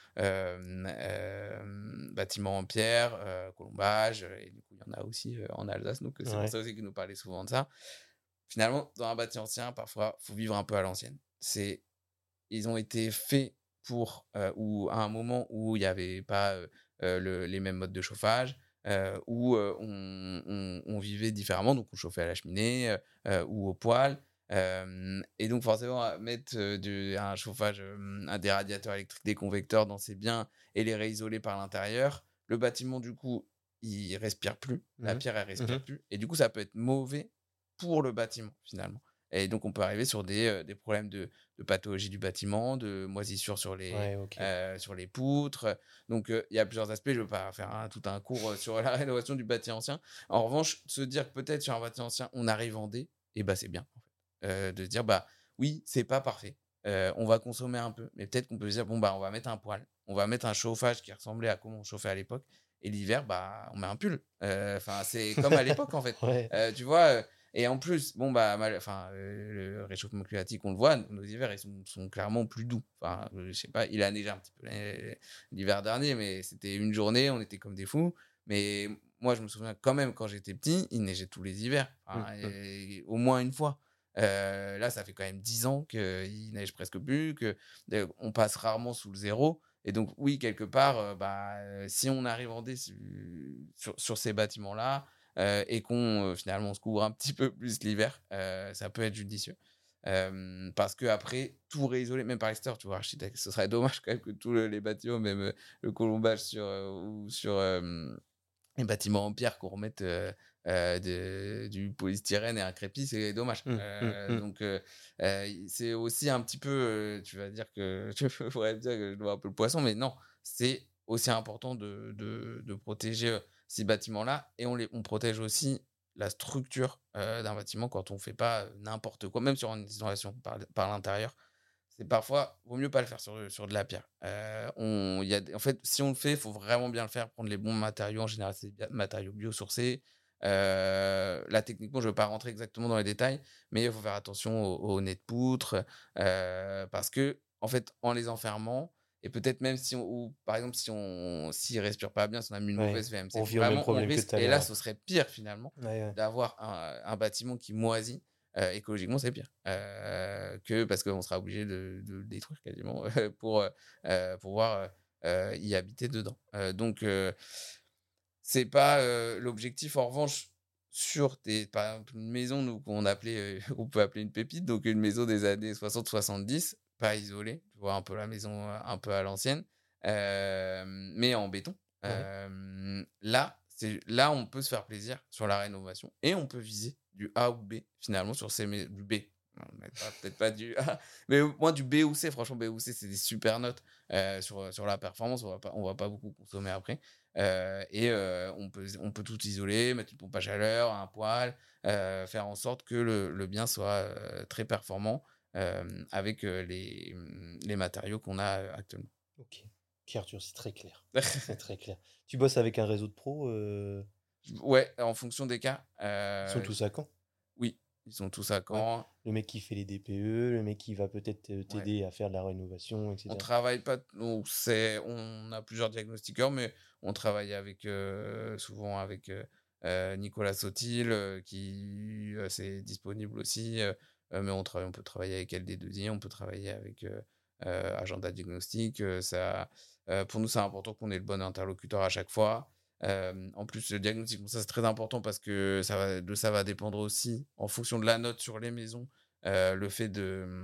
euh, bâtiment en pierre, euh, colombage, euh, et du coup il y en a aussi euh, en Alsace, donc euh, c'est pour Ouais. ça aussi qu'il nous parlait souvent de ça. Finalement, dans un bâti ancien, parfois, faut vivre un peu à l'ancienne. C'est, ils ont été faits pour, euh, ou à un moment où il n'y avait pas euh, euh, le- les mêmes modes de chauffage, euh, où euh, on, on- on vivait différemment, donc on chauffait à la cheminée euh, euh, ou au poêle. Euh, et donc forcément, à mettre euh, du- un chauffage, euh, un des radiateurs électriques, des convecteurs dans ces biens et les réisoler par l'intérieur, le bâtiment, du coup, il respire plus, la Mmh. pierre, elle respire Mmh. plus, et du coup, ça peut être mauvais pour le bâtiment, finalement. Et donc, on peut arriver sur des, euh, des problèmes de, de pathologie du bâtiment, de moisissures sur les, Ouais, OK. euh, sur les poutres. Donc, euh, il y a plusieurs aspects. Je ne veux pas faire un- tout un cours euh, sur la rénovation du bâti ancien. En revanche, se dire que peut-être sur un bâti ancien, on arrive en D, et bah, c'est bien. En fait. Euh, de se dire, bah oui, c'est pas parfait. Euh, on va consommer un peu, mais peut-être qu'on peut se dire, bon, bah, on va mettre un poêle, on va mettre un chauffage qui ressemblait à comment on chauffait à l'époque. Et l'hiver, bah, on met un pull. Euh, Enfin, c'est comme à l'époque, en fait. Ouais. Euh, tu vois, euh, et en plus, bon, bah, mal- enfin, euh, le réchauffement climatique, on le voit, nos hivers, ils sont, sont clairement plus doux. Enfin, euh, je sais pas, il a neigé un petit peu euh, l'hiver dernier, mais c'était une journée, on était comme des fous. Mais moi, je me souviens quand même, quand j'étais petit, il neigeait tous les hivers, Mmh enfin, mh. et au moins une fois. Euh, là, ça fait quand même dix ans qu'il neige presque plus, que euh, on passe rarement sous le zéro. Et donc, oui, quelque part, euh, bah, euh, si on arrive en dé sur, sur, sur ces bâtiments-là, euh, et qu'on euh, finalement se couvre un petit peu plus l'hiver, euh, ça peut être judicieux. Euh, parce que après tout réisoler, même par l'extérieur, tu vois, architecte, ce serait dommage quand même que tous le- les bâtiments, même euh, le colombage sur euh, ou sur euh, les bâtiments en pierre qu'on remette euh, euh, de- du polystyrène et un crépi, c'est dommage. Mmh. Mmh Euh, mh. donc euh, euh, c'est aussi un petit peu, euh, tu vas dire que tu pourrais me dire que je dois un peu le poisson, mais non, c'est aussi important de, de, de protéger euh, ces bâtiments-là, et on, les, on protège aussi la structure euh, d'un bâtiment quand on fait pas euh, n'importe quoi, même sur une isolation par, par l'intérieur. C'est parfois, vaut mieux pas le faire sur, sur de la pierre. Euh, on, y a, des- en fait, si on le fait, il faut vraiment bien le faire, prendre les bons matériaux. En général, c'est des matériaux biosourcés. Euh, là, techniquement, je ne veux pas rentrer exactement dans les détails, mais il faut faire attention au, au nez de poutre, euh, parce que, en fait, en les enfermant, et peut-être même si on, ou, par exemple, si on s'ils respirent pas bien, si on a mis une Ouais. mauvaise V M C, On revient au même vraiment, on problème que risque, tout à et l'heure, là, ouais. ce serait pire finalement, Ouais, ouais. d'avoir un, un bâtiment qui moisit. Euh, écologiquement, c'est pire euh, que parce qu'on sera obligé de, de le détruire quasiment euh, pour euh, pouvoir euh, y habiter dedans. Euh, donc, euh, c'est pas euh, l'objectif. En revanche, sur des, par exemple, une maison nous, qu'on appelait, euh, on peut appeler une pépite, donc une maison des années soixante soixante-dix, pas isolée, tu vois, un peu la maison euh, un peu à l'ancienne, euh, mais en béton. Ouais. Euh, là, c'est, là, on peut se faire plaisir sur la rénovation et on peut viser du A ou B finalement sur ces mais- du B. Non, mais pas- peut-être pas du A, mais au moins du B ou C. Franchement, B ou C, c'est des super notes euh, sur, sur la performance. On va pas, on va pas beaucoup consommer après. Euh, et euh, on, peut, on peut tout isoler, mettre une pompe à chaleur, un poêle, euh, faire en sorte que le, le bien soit euh, très performant euh, avec euh, les, les matériaux qu'on a euh, actuellement. OK. OK, Arthur, c'est très clair. C'est très clair. Tu bosses avec un réseau de pros, heu, Ouais, en fonction des cas. ils sont Euh, tous à Caen? oui, ils sont tous à Ouais. Caen. Le mec qui fait les D P E, le mec qui va peut-être te Ouais. t'aider à faire de la rénovation et On cetera? travaille pas, on, c'est, on a plusieurs diagnostiqueurs, mais on travaille avec euh, souvent avec euh, euh, Nicolas Sotil, euh, qui euh, c'est disponible aussi. Euh, euh, mais on travaille, on peut travailler avec L D deux I, on peut travailler avec euh, euh, Agenda Diagnostic. Euh, ça, euh, pour nous, c'est important qu'on ait le bon interlocuteur à chaque fois. Euh, en plus, le diagnostic, bon, ça c'est très important parce que ça va, de ça va dépendre aussi, en fonction de la note sur les maisons, euh, le fait de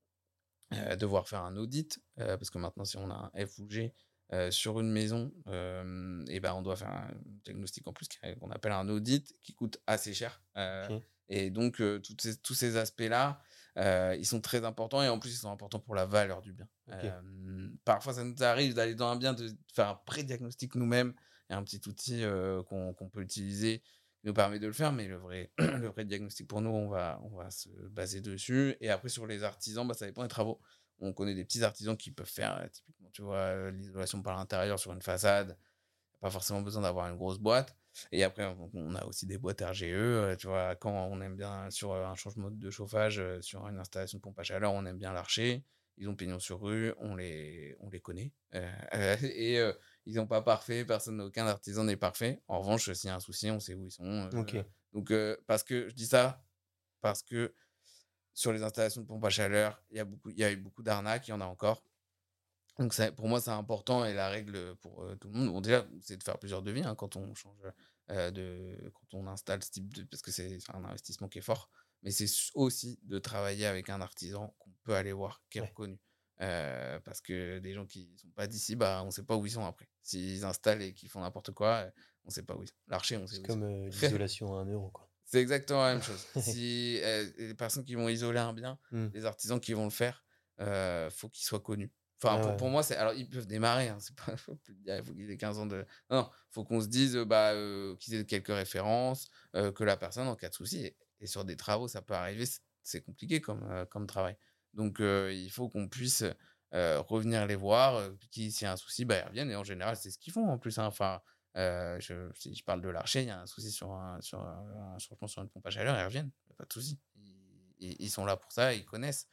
euh, devoir faire un audit, euh, parce que maintenant, si on a un F ou G euh, sur une maison, euh, et ben, on doit faire un diagnostic en plus qu'on appelle un audit qui coûte assez cher. Euh, OK. et donc, euh, toutes ces- tous ces aspects-là, Euh, ils sont très importants et en plus, ils sont importants pour la valeur du bien. Ok. Euh, parfois, ça nous arrive d'aller dans un bien, de faire un pré-diagnostic nous-mêmes. Il y a un petit outil euh, qu'on qu'on peut utiliser qui nous permet de le faire, mais le vrai, le vrai diagnostic pour nous, on va, on va se baser dessus. Et après, sur les artisans, bah, ça dépend des travaux. On connaît des petits artisans qui peuvent faire, euh, typiquement, tu vois, euh, l'isolation par l'intérieur sur une façade. Pas forcément besoin d'avoir une grosse boîte. Et après, on on a aussi des boîtes R G E. euh, Tu vois, quand on aime bien sur euh, un changement de chauffage, euh, sur une installation de pompe à chaleur, on aime bien l'archer. Ils ont pignon sur rue, on les, on les connaît. Euh, euh, et euh, ils sont pas parfaits, personne, aucun artisan n'est parfait. En revanche, s'il y a un souci, on sait où ils sont. euh, Ok. donc, euh, parce que je dis ça, parce que sur les installations de pompe à chaleur, il y a beaucoup, il y a eu beaucoup d'arnaques, il y en a encore. Donc ça, pour moi, c'est important et la règle pour euh, tout le monde, bon, déjà, c'est de faire plusieurs devis hein, quand on change euh, de, quand on installe ce type de, parce que c'est c'est un investissement qui est fort, mais c'est s- aussi de travailler avec un artisan qu'on peut aller voir, qui est Ouais. reconnu. Euh, parce que des gens qui sont pas d'ici, bah, on sait pas où ils sont après. S'ils installent et qu'ils font n'importe quoi, euh, on sait pas où ils sont. L'archer, on sait C'est où ils sont. comme euh, l'isolation à un euro, quoi. C'est exactement la même chose. Si euh, les personnes qui vont isoler un bien, Hmm. les artisans qui vont le faire, euh, faut qu'ils soient connus. Enfin, Ah pour, ouais, pour ouais. moi, c'est. Alors, ils peuvent démarrer, hein, c'est pas. Faut plus dire, il faut qu'ils aient quinze ans de. Non, non, faut qu'on se dise, euh, bah, euh, qu'ils aient quelques références, euh, que la personne, en cas de souci, et, et sur des travaux, ça peut arriver, c'est c'est compliqué comme, euh, comme travail. Donc, euh, il faut qu'on puisse euh, revenir les voir, euh, qui, s'il y a un souci, bah, ils reviennent, et en général, c'est ce qu'ils font en plus. Hein. Enfin, euh, je, si je parle de l'archer, il y a un souci sur un, sur un, un changement sur une pompe à chaleur, ils reviennent, y a pas de souci. Ils, ils- ils sont là pour ça, ils connaissent.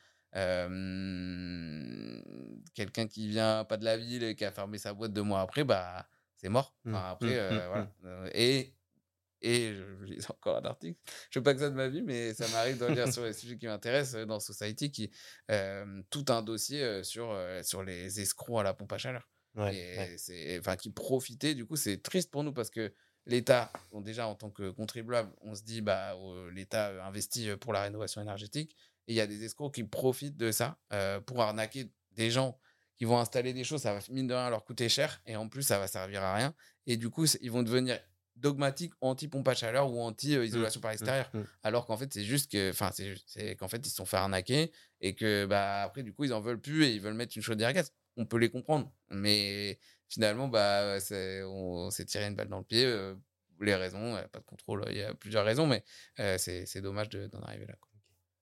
Euh, quelqu'un qui vient pas de la ville et qui a fermé sa boîte deux mois après, bah c'est mort. Hmm, Enfin, hmm, après, hmm, euh, hmm. voilà. Euh, et et je, je lis encore un article. Je veux pas que ça de ma vie, mais ça m'arrive de lire sur les sujets qui m'intéressent euh, dans Society, qui euh, tout un dossier euh, sur euh, sur les escrocs à la pompe à chaleur. Ouais, ouais. Et c'est enfin qui profitaient. Du coup, c'est triste pour nous parce que l'État, bon, déjà en tant que contribuable, on se dit bah euh, l'État euh, investit euh, pour la rénovation énergétique et il y a des escrocs qui profitent de ça euh, pour arnaquer des gens qui vont installer des choses. Ça va mine de rien leur coûter cher et en plus ça va servir à rien. Et du coup, c'est- ils vont devenir dogmatique anti-pompe à chaleur ou Hmm, anti-isolation par hmm, l'extérieur. hmm. Alors qu'en fait, c'est juste que, enfin, c'est, c'est qu'en fait, ils se sont fait arnaquer et que, bah, après, du coup, ils en veulent plus et ils veulent mettre une chaudière à gaz. On peut les comprendre. Mais finalement, bah, c'est, on s'est tiré une balle dans le pied. Euh, les raisons, euh, pas de contrôle, il y a plusieurs raisons, mais euh, c'est, c'est dommage de, d'en arriver là. Quoi.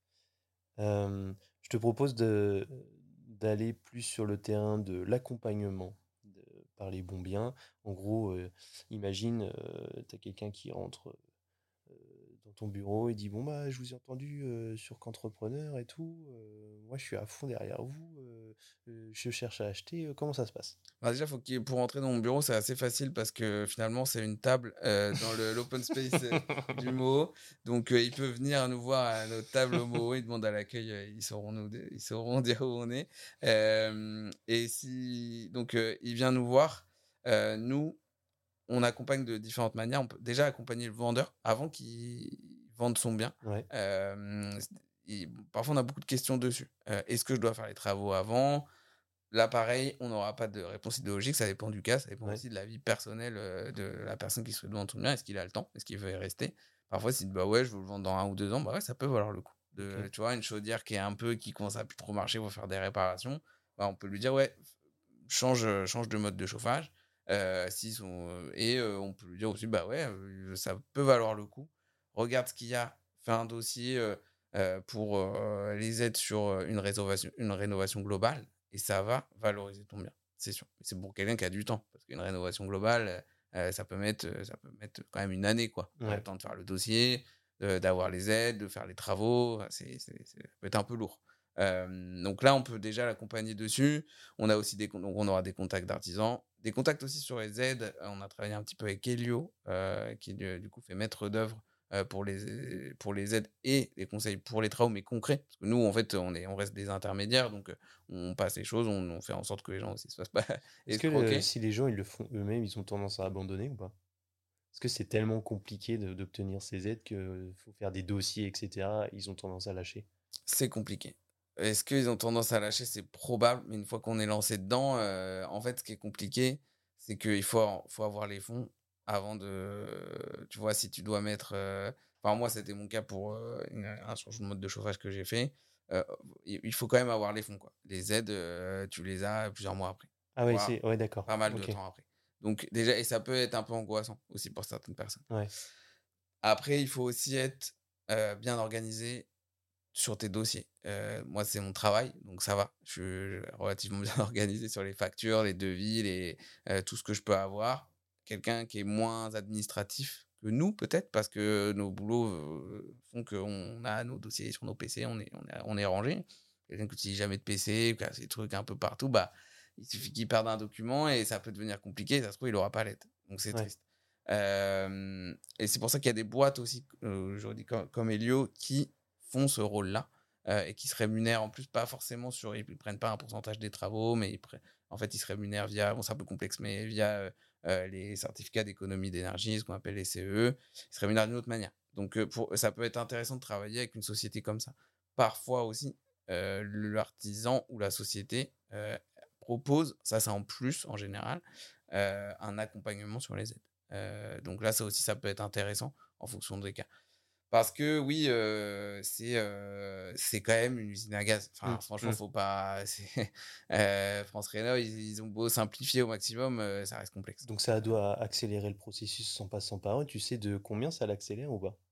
Euh, je te propose de, d'aller plus sur le terrain de l'accompagnement de- par les bons biens. En gros, euh, imagine, tu as quelqu'un qui rentre euh, dans ton bureau et dit bon bah je vous ai entendu euh, sur qu'entrepreneur et tout, euh, moi je suis à fond derrière vous, euh, euh, je cherche à acheter, euh, comment ça se passe? Bah, déjà, faut qu'il, pour entrer dans mon bureau, c'est assez facile parce que finalement, c'est une table euh, dans le, l'open space euh, du Moho. Donc, euh, il peut venir nous voir à notre table au Moho. Il demande à l'accueil, euh, ils sauront nous, ils sauront dire où on est. Euh, et si, donc, euh, il vient nous voir. Euh, nous, on accompagne de différentes manières. On peut déjà accompagner le vendeur avant qu'il vende son bien. Ouais, Euh, il- parfois, on a beaucoup de questions dessus. Euh, est-ce que je dois faire les travaux avant? Là, pareil, on n'aura pas de réponse idéologique, ça dépend du cas, ça dépend ouais, aussi de la vie personnelle euh, de la personne qui souhaite vendre son bien, est-ce qu'il a le temps, est-ce qu'il veut y rester. Parfois, s'il dit bah ouais, je veux le vendre dans un ou deux ans, bah ouais, ça peut valoir le coup. De, ok. tu vois, une chaudière qui est un peu, qui commence à plus trop marcher, faut faire des réparations, bah, on peut lui dire ouais, change, euh, change de mode de chauffage. Euh, si son, euh, et euh, on peut lui dire aussi bah ouais, euh, ça peut valoir le coup. Regarde ce qu'il y a, fais un dossier euh, euh, pour euh, les aides sur euh, une rénovation, une rénovation globale et ça va valoriser ton bien, c'est sûr. C'est pour quelqu'un qui a du temps, parce qu'une rénovation globale, euh, ça peut mettre, euh, ça peut mettre quand même une année, quoi. Euh, Le Ouais, temps de faire le dossier, de- d'avoir les aides, de faire les travaux, c'est, c'est, c'est- ça peut être un peu lourd. Euh, donc là, on peut déjà l'accompagner dessus. On a aussi des, con- donc on aura des contacts d'artisans, des contacts aussi sur les aides. Euh, On a travaillé un petit peu avec Elio, euh, qui du du coup fait maître d'œuvre euh, pour les pour les aides et les conseils pour les travaux, mais concrets. Parce que nous, en fait, on est on reste des intermédiaires, donc euh, on passe les choses, on, on fait en sorte que les gens aussi se fassent pas est-ce que le- escroquer. si les gens ils le font eux-mêmes, ils ont tendance à abandonner ou pas? Est-ce que c'est tellement compliqué de- d'obtenir ces aides qu'il faut faire des dossiers, et cetera, ils ont tendance à lâcher? C'est compliqué. Est-ce qu'ils ont tendance à lâcher? C'est probable, mais une fois qu'on est lancé dedans, euh, en fait, ce qui est compliqué, c'est qu'il faut, faut avoir les fonds avant de. Tu vois, si tu dois mettre. euh, enfin moi c'était mon cas pour euh, une- un changement de mode de chauffage que j'ai fait, euh, il il faut quand même avoir les fonds, quoi. Les aides, euh, tu les as plusieurs mois après, Ah ouais, voire c'est ouais, d'accord. pas mal de OK. temps après. Donc déjà, et ça peut être un peu angoissant aussi pour certaines personnes. Ouais. Après, il faut aussi être euh, bien organisé sur tes dossiers. Heu, moi, c'est mon travail, donc ça va. Je suis relativement bien organisé sur les factures, les devis, les heu, tout ce que je peux avoir. Quelqu'un qui est moins administratif que nous, peut-être, parce que nos boulots, heu, font qu'on a nos dossiers sur nos P C, on est on est on est rangé. Quelqu'un qui utilise jamais de P C, qui a ses trucs un peu partout, bah, il suffit qu'il perde un document et ça peut devenir compliqué. Ça se trouve, il aura pas l'aide, donc c'est Ouais. triste. Hem Et c'est pour ça qu'il y a des boîtes aussi, heu, aujourd'hui comme comme Elio, qui font ce rôle-là, heu, et qui se rémunèrent en plus pas forcément sur, ils ils prennent pas un pourcentage des travaux, mais ils prennent, en fait, ils se rémunèrent via, bon, c'est un peu complexe, mais via, heu heu, les certificats d'économie d'énergie, ce qu'on appelle les C E E. Ils se rémunèrent d'une autre manière. Donc, heu, pour ça peut être intéressant de travailler avec une société comme ça. Parfois aussi, heu, l'artisan ou la société, heu, propose, ça c'est en plus en général, heu, un accompagnement sur les aides. Heu, donc là, ça aussi, ça peut être intéressant en fonction des cas. Parce que oui, heu, c'est, heu, c'est quand même une usine à gaz. Mmh. Enfin, franchement, Mmh. faut pas c'est heu, France Rénov', ils ils ont beau simplifier au maximum, heu, ça reste complexe. Donc Donc, ça heu, doit accélérer le processus en passant par eux. Tu sais de combien ça l'accélère ou pas?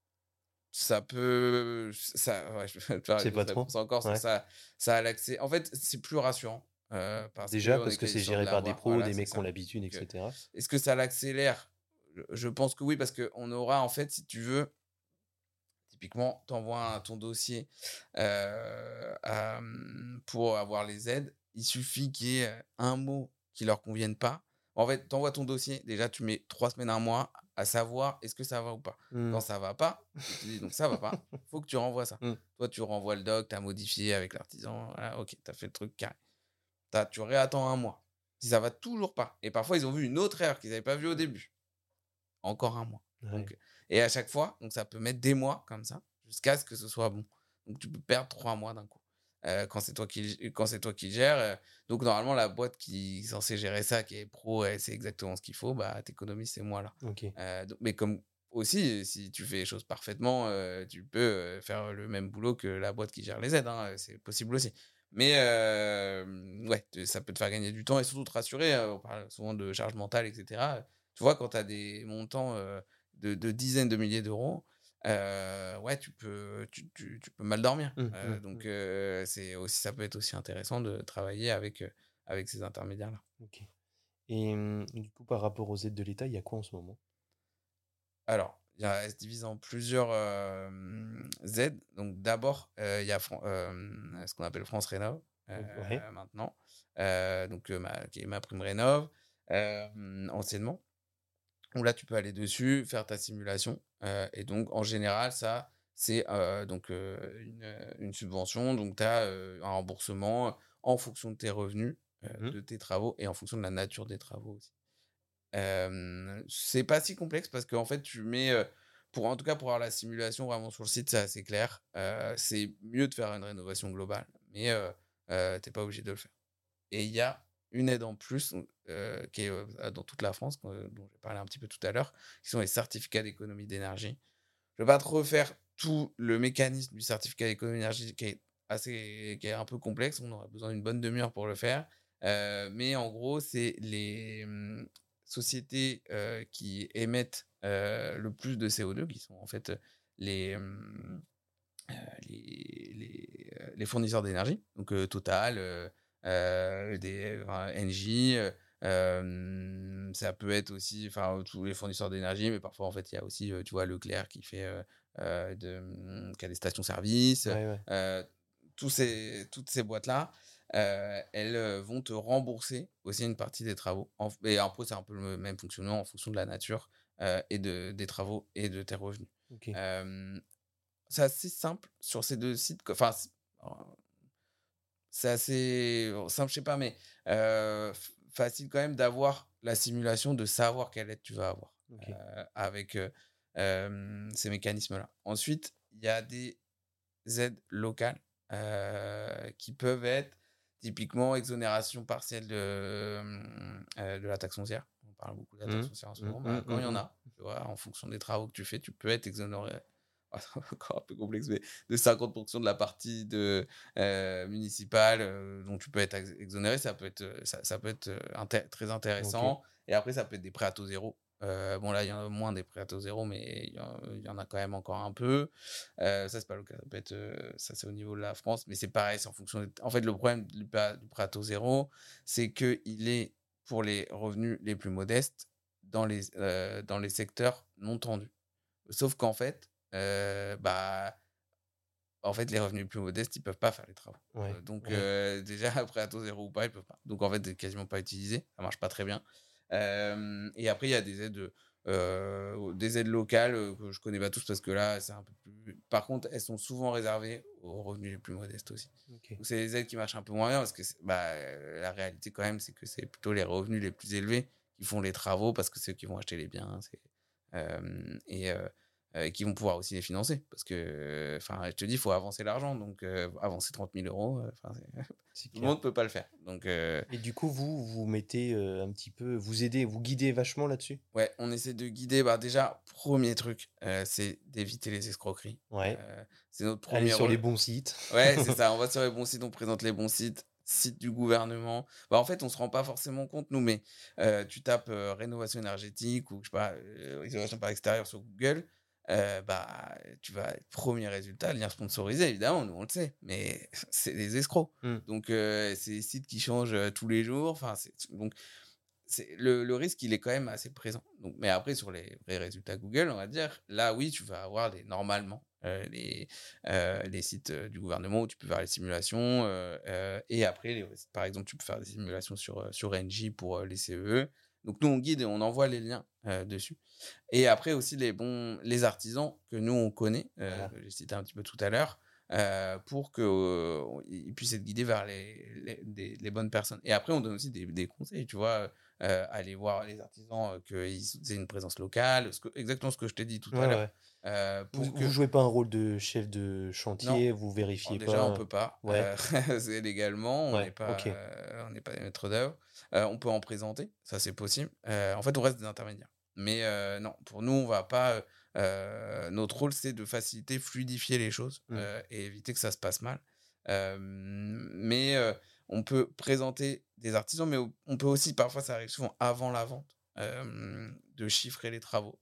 ça peut ça ouais, je peux te faire C'est une pas autre trop? réponse encore sur Ouais. ça. Ça a l'accès, en fait, c'est plus rassurant, heu, parce Déjà qu'on parce est que quasi c'est sûr de géré par des l'avoir. pros, Voilà, des c'est mecs qui ont ça. l'habitude, et Donc, heu, cetera. est-ce que ça l'accélère? Je je pense que oui, parce qu'on aura, en fait, si tu veux, typiquement, tu envoies ton dossier, heu, à, mmh, pour avoir les aides. Il suffit qu'il y ait, heu, un mot qui leur convienne pas. En fait, tu envoies ton dossier, déjà tu mets trois semaines, un mois à savoir est-ce que ça va ou pas. Quand Mmh. ça va pas, il te dit donc ça va pas, faut que tu renvoies ça. Mmh. Toi, tu renvoies le doc, tu as modifié avec l'artisan, voilà, OK, tu as fait le truc carré. Tu as tu réattends un mois. Si ça va toujours pas, et parfois ils ont vu une autre erreur qu'ils avaient pas vue au début, encore un mois. Ouais. Donc, et à chaque fois, donc ça peut mettre des mois comme ça, jusqu'à ce que ce soit bon. Donc tu peux perdre trois mois d'un coup. Heu, quand c'est toi qui quand c'est toi qui gères, heu, donc normalement la boîte qui est censée gérer ça, qui est pro, elle sait exactement ce qu'il faut, bah, tu économises ces mois-là. OK. Heu, donc mais comme aussi, si tu fais les choses parfaitement, heu, tu peux, heu, faire le même boulot que la boîte qui gère les aides, hein, c'est possible aussi. Mais hem, ouais, t ça peut te faire gagner du temps et surtout te rassurer, heu, on parle souvent de charge mentale et cetera. Tu vois, quand tu as des montants, heu, de de dizaines de milliers d'euros, heu, ouais, tu peux tu tu tu peux mal dormir. Mmh, mmh, Heu, mmh. donc heu, c'est aussi, ça peut être aussi intéressant de travailler avec, heu, avec ces intermédiaires-là. OK. Et mmh, du coup, par rapport aux aides de l'État, il y a quoi en ce moment? Alors, il y a elle se divise en plusieurs, hem, aides. Donc d'abord, heu, il y a Fran hem, ce qu'on appelle France Rénov', O ouais. heu, maintenant, heu, donc heu, ma qui est MaPrimeRénov', hem, anciennement. Où là, tu peux aller dessus, faire ta simulation, heu et donc en général, ça, c'est, heu, donc heu, une, heu, une subvention. Donc tu as, un remboursement en fonction de tes revenus, heu, Mmh. de tes travaux et en fonction de la nature des travaux aussi. Hem, c'est pas si complexe parce qu'en fait, tu mets, heu, pour en tout cas, pour avoir la simulation vraiment sur le site, c'est assez clair. Heu, c'est mieux de faire une rénovation globale, mais heu heu, tu pas obligé de le faire. Et il y a une aide en plus, donc heu, qui est, heu, dans toute la France, heu, dont j'ai parlé un petit peu tout à l'heure, qui sont les certificats d'économie d'énergie. Je vais pas te refaire tout le mécanisme du certificat d'économie d'énergie, qui est assez qui est un peu complexe. On aurait besoin d'une bonne demi heure pour le faire. Heu, mais en gros, c'est les, mmh, sociétés, heu, qui émettent, heu, le plus de C O deux, qui sont en fait, les, mmh heu, les les, heu, les fournisseurs d'énergie, donc heu, Total, heu heu, des enfin Engie, heu, hem, ça peut être aussi, enfin, tous les fournisseurs d'énergie, mais parfois, en fait, il y a aussi, heu, tu vois, Leclerc qui fait, heu heu, de, mmh, qui a des stations-service, Ouais, ouais. heu, tous ces toutes ces boîtes-là, heu, elles, heu, vont te rembourser aussi une partie des travaux en f et après, c'est un peu le même fonctionnement en fonction de la nature, heu et de des travaux et de tes revenus. OK. Hem C'est assez simple sur ces deux sites, quoi. Enfin, c alors, c'est assez, heu, simple, je sais pas, mais heu, f facile quand même d'avoir la simulation, de savoir quelle aide tu vas avoir, OK. heu, avec, heu, hem, ces mécanismes-là. Ensuite, il y a des aides locales, heu, qui peuvent être typiquement exonération partielle de, mmh, heu, de la taxe foncière. parle beaucoup de la taxe Mmh. foncière en ce Mmh, moment, bah, mmh, quand il y en mmh, a, tu vois, en fonction des travaux que tu fais, tu peux être exonéré. Ah, c'est encore un peu complexe, mais de cinquante pour cent de la partie de, heu, municipale, heu, dont tu peux être ex exonéré, ça peut être, heu, ça ça peut être, heu, inté très OK. intéressant et après ça peut être des prêts à taux zéro. Heu, bon là, il y en a moins des prêts à taux zéro, mais il y en il y en a quand même encore un peu. Heu, ça, c'est pas le cas. Ça peut être, heu, ça, c'est au niveau de la France, mais c'est pareil, c'est en fonction des en fait, le problème du pa du prêt à taux zéro, c'est qu'il est pour les revenus les plus modestes dans les heu, dans les secteurs non tendus. Sauf qu'en fait, heu, bah, en fait, les revenus les plus modestes, ils peuvent pas faire les travaux. Ouais, Heu, donc ouais. heu, déjà, prêt à taux zéro ou pas, ils peuvent pas. Donc en fait, c'est quasiment pas utilisé, ça marche pas très bien. Hem et après, il y a des aides, heu, des aides locales, heu, que je connais pas tous parce que là, c'est un peu plus par contre, elles sont souvent réservées aux revenus les plus modestes aussi. OK. Donc c'est des aides qui marchent un peu moins bien parce que c'est bah, heu, la réalité quand même, c'est que c'est plutôt les revenus les plus élevés qui font les travaux parce que c'est eux qui vont acheter les biens, c'est hem et heu heu, qui vont pouvoir aussi les financer. Parce que, enfin, je te dis, il faut avancer l'argent, donc heu, avancer trente mille euros, heu, enfin, c'est C'est tout le clair. monde peut pas le faire. Donc heu, Et du coup, vous, vous mettez, heu, un petit peu vous aidez, vous guidez vachement là-dessus? ouais, on essaie de guider, bah, déjà, premier truc, heu, c'est d'éviter les escroqueries. Heu, Ouais. c'est notre Aller premier sur les rôle. bons sites. Ouais, c'est ça, on va sur les bons sites, on présente les bons sites, sites du gouvernement. Bah, en fait, on se rend pas forcément compte, nous, mais heu, tu tapes, heu, rénovation énergétique ou je sais pas, heu, isolation par extérieur sur Google, heu, bah, tu vas premier résultat, lien sponsorisé, évidemment, nous, on le sait, mais c'est des escrocs. Mmh. Donc heu, c'est des sites qui changent, heu, tous les jours, enfin, c'est donc c'est le le risque, il est quand même assez présent. Donc mais après sur les vrais résultats Google, on va dire, là oui, tu vas avoir les normalement, heu, les, heu, les sites, heu, du gouvernement où tu peux faire les simulations, heu heu et après les par exemple, tu peux faire des simulations sur, heu, sur Engie pour, heu, les C E E. Donc nous, on guide et on envoie les liens, heu, dessus et après aussi les bons les artisans que nous on connaît, heu, Voilà. que j'ai cité un petit peu tout à l'heure, heu, pour que, heu, ils puissent être guidés vers les les des les bonnes personnes et après on donne aussi des des conseils, tu vois? Heu, aller voir les artisans, heu, qu'ils aient une présence locale, ce que exactement ce que je t'ai dit tout à Ouais, l'heure, ouais. heu, Vous pour vous que jouez pas un rôle de chef de non, chantier, vous alors vérifiez déjà on pas? peut pas, Ouais, heu, c'est légalement, on n'est ouais, pas, OK. heu, on n'est pas des maîtres d'œuvre. Heu, on peut en présenter, ça c'est possible. Heu, en fait, on reste des intermédiaires. Mais heu, non, pour nous, on va pas, heu heu, notre rôle, c'est de faciliter, fluidifier les choses, Mmh. heu et éviter que ça se passe mal. Hem, mais heu, on peut présenter des artisans, mais on on peut aussi, parfois ça arrive souvent avant la vente, hem, de chiffrer les travaux,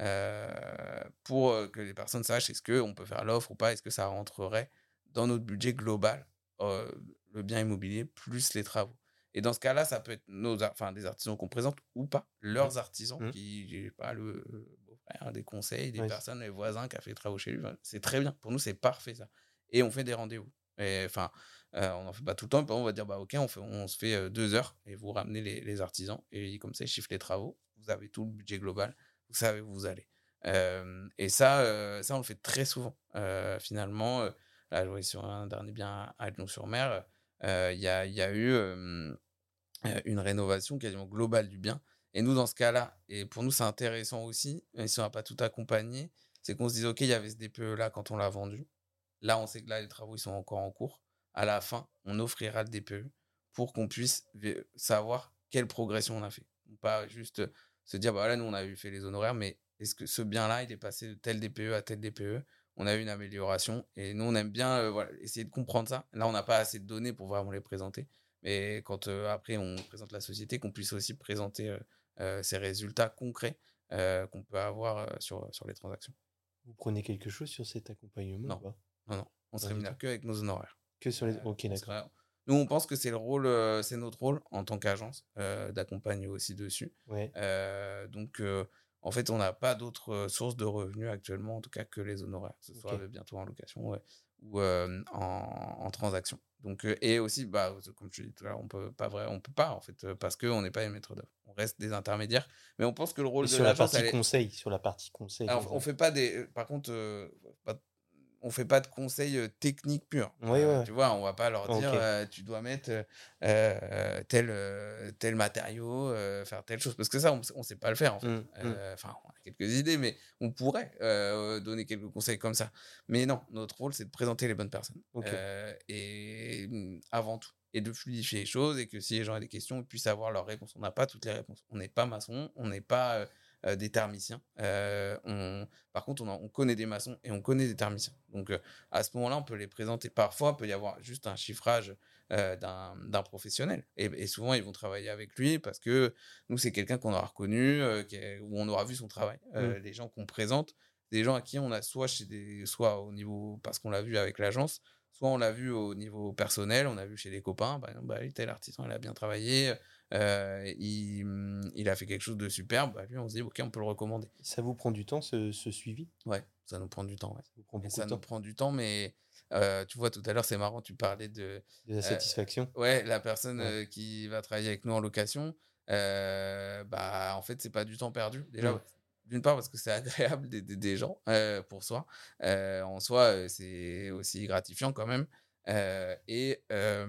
heu, pour, heu, que les personnes sachent est-ce qu'on peut faire l'offre ou pas? Est-ce que ça rentrerait dans notre budget global, heu, le bien immobilier plus les travaux? Et dans ce cas-là, ça peut être nos ar enfin des artisans qu'on présente ou pas, Mmh. leurs artisans Mmh. qui je sais pas, le le beau-frère, des conseils, des Ouais. personnes, les voisins qui a fait les travaux chez lui, enfin, c'est très bien. Pour nous, c'est parfait ça et on fait des rendez-vous et enfin, heu, on n'en fait pas tout le temps, mais on va dire: «Bah, OK, on fait on se fait, heu, deux heures et vous ramenez les les artisans» et comme ça, ils chiffrent les travaux. Vous avez tout le budget global, vous savez où vous allez. Hem et ça, heu, ça, on le fait très souvent. Heu, finalement, heu, là, je voyais sur un dernier bien à Lyon-sur-Mer, heu, il y a il y a eu, hem, heu, une rénovation quasiment globale du bien et nous, dans ce cas-là et pour nous, c'est intéressant aussi, même si on n'a pas tout accompagné, c'est qu'on se dise: «OK, il y avait ce D P E-là quand on l'a vendu. Là, on sait que là, les travaux, ils sont encore en cours. À la fin, on offrira le D P E pour qu'on puisse vé savoir quelle progression on a fait». Pas juste, heu, se dire: «Bah, voilà, nous, on a eu fait les honoraires, mais est-ce que ce bien-là, il est passé de tel D P E à tel D P E? On a eu une amélioration» et nous, on aime bien, heu, voilà, essayer de comprendre ça. Là, on n'a pas assez de données pour vraiment les présenter, mais quand, heu, après on présente la société, qu'on puisse aussi présenter, heu heu, ces résultats concrets, heu, qu'on peut avoir, heu, sur, sur les transactions. Vous prenez quelque chose sur cet accompagnement ou Non, pas? non, non, on se Rien du tout? rémunère qu'avec nos honoraires. Que sur Heu, les OK, on d'accord. sera nous, on pense que c'est le rôle, heu, c'est notre rôle en tant qu'agence, heu, d'accompagner aussi dessus. Ouais, Heu, donc heu, en fait, on n'a pas d'autres, heu, sources de revenus actuellement, en tout cas que les honoraires, que ce soit, OK. heu, bientôt en location, ouais, ou hem, en en transaction. Donc heu et aussi, bah, comme je te disais tout à l'heure, on peut pas vrai on peut pas en fait, heu, parce qu'on n'est pas les maîtres d'œuvre. On reste des intermédiaires, mais on pense que le Mais rôle de sur la l'agence, partie elle est conseil sur la partie conseil, alors on exemple. fait pas des, par contre, heu, pas on fait pas de conseils euh, techniques purs. Oui, Euh, ouais. tu vois, on va pas leur dire Ok. euh, tu dois mettre euh, euh, tel, euh, tel matériau, euh, faire telle chose. Parce que ça, on, on sait pas le faire en fait. Mm, mm. Euh, Enfin, on a quelques idées, mais on pourrait euh, donner quelques conseils comme ça. Mais non, notre rôle, c'est de présenter les bonnes personnes. Ok. Euh, et mm, avant tout. Et de fluidifier les choses et que si les gens ont des questions, ils puissent avoir leurs réponses. On n'a pas toutes les réponses. On n'est pas maçon, on n'est pas euh, euh, des thermiciens. Euh, on... Par contre, on, a- on connaît des maçons et on connaît des thermiciens. Donc, euh, à ce moment-là, on peut les présenter. Parfois, il peut y avoir juste un chiffrage euh, d'un, d'un professionnel. Et, et souvent, ils vont travailler avec lui parce que nous, c'est quelqu'un qu'on aura reconnu, euh, qui est- où on aura vu son travail. Euh, Mm. Les gens qu'on présente, des gens à qui on a soit, chez des, soit au niveau, parce qu'on l'a vu avec l'agence, soit on l'a vu au niveau personnel, on a vu chez des copains, par exemple, bah, lui, tel artisan, il a bien travaillé, euh, il, hum, il a fait quelque chose de superbe, bah, lui, on se dit, ok, on peut le recommander. Ça vous prend du temps, ce, ce suivi? Ouais, ça nous prend du temps, ouais. Ça vous prend Et beaucoup ça de nous temps? prend du temps, mais euh, tu vois, tout à l'heure, c'est marrant, tu parlais de, De la euh, satisfaction? ouais, la personne Ouais. euh, qui va travailler avec nous en location, euh, bah, en fait, c'est pas du temps perdu. Déjà, Mm. d'une part, parce que c'est agréable d'aider des gens euh, pour soi. Euh, en soi, euh, c'est aussi gratifiant quand même. Euh, et euh,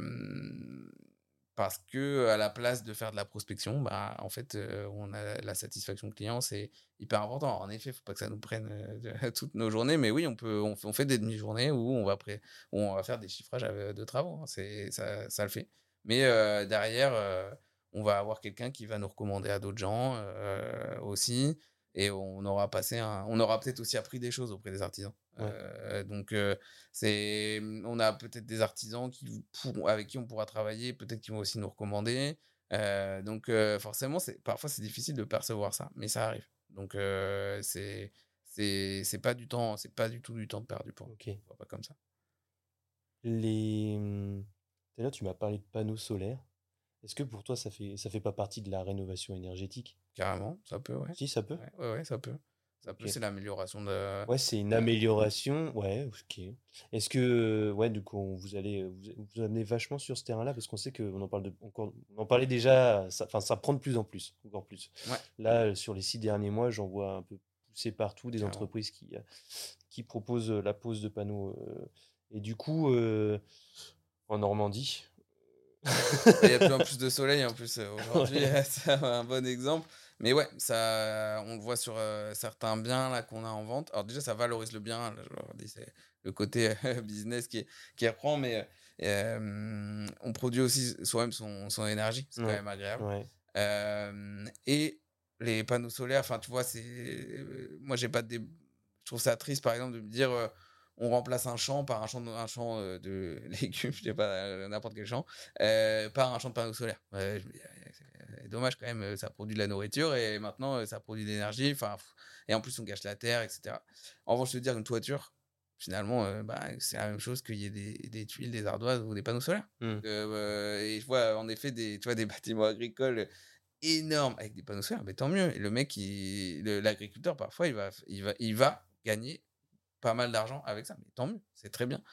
parce que à la place de faire de la prospection, bah, en fait, euh, on a la satisfaction client, c'est hyper important. En effet, il faut pas que ça nous prenne euh, toutes nos journées, mais oui, on peut, on fait, on fait des demi-journées où on va, pré- où on va faire des chiffrages euh, de travaux. Hein. C'est, ça, ça le fait. Mais euh, derrière, euh, on va avoir quelqu'un qui va nous recommander à d'autres gens euh, aussi, et on aura passé un, on aura peut-être aussi appris des choses auprès des artisans. Ouais. Euh, donc euh, c'est, on a peut-être des artisans qui pourront- avec qui on pourra travailler, peut-être qu'ils vont aussi nous recommander. Euh, donc euh, forcément, c'est, parfois c'est difficile de percevoir ça, mais ça arrive. Donc euh, c'est, c'est, c'est pas du temps, c'est pas du tout du temps de perdu pour nous. Ok. On voit pas comme ça. Les... hum, Tout à l'heure, tu m'as parlé de panneaux solaires. Est-ce que pour toi, ça fait, ça fait pas partie de la rénovation énergétique? Carrément, ça peut, ouais. Si, ça peut? Ouais, ouais, ouais, ça peut. Ça peut, Ok. c'est l'amélioration de. Ouais, c'est une de- amélioration. Ouais, ok. Est-ce que, ouais, du coup, on- vous allez vous, vous amenez vachement sur ce terrain-là parce qu'on sait qu'on en parle de, encore- on en parlait déjà, ça, enfin, ça prend de plus en plus, encore plus. Ouais, Là, euh, sur les six derniers mois, j'en vois un peu pousser partout des carrément. entreprises qui, euh, qui proposent euh, la pose de panneaux. euh, et du coup, euh, en Normandie. Bah, il y a de plus en plus de soleil en plus euh, aujourd'hui, Ouais. c'est un bon exemple. Mais ouais, ça, on le voit sur euh, certains biens là qu'on a en vente. Alors déjà, ça valorise le bien. Là, je leur dis, c'est le côté euh, business qui, qui reprend, mais euh, on produit aussi soi-même son, son énergie. C'est quand Ouais. même agréable. Ouais. Euh, et les panneaux solaires, enfin, tu vois, c'est, euh, moi, j'ai pas de, dé- je trouve ça triste, par exemple, de me dire, euh, on remplace un champ par un champ de, un champ euh, de légumes, je sais pas, euh, n'importe quel champ, euh, par un champ de panneaux solaires. Ouais, je me dis, euh, c'est c'est dommage quand même, euh, ça produit de la nourriture et maintenant euh, ça produit de l'énergie, enfin, pff, et en plus on gâche la terre, et cetera. En revanche, je veux dire, une toiture, finalement, euh, bah, c'est la même chose qu'il y ait des, des tuiles, des ardoises ou des panneaux solaires. Hmm. Euh, euh, et je vois en effet des, tu vois, des bâtiments agricoles énormes avec des panneaux solaires, mais tant mieux. Et le mec, il- le- l'agriculteur, parfois, il va, il, va, il va gagner pas mal d'argent avec ça, mais tant mieux, c'est très bien.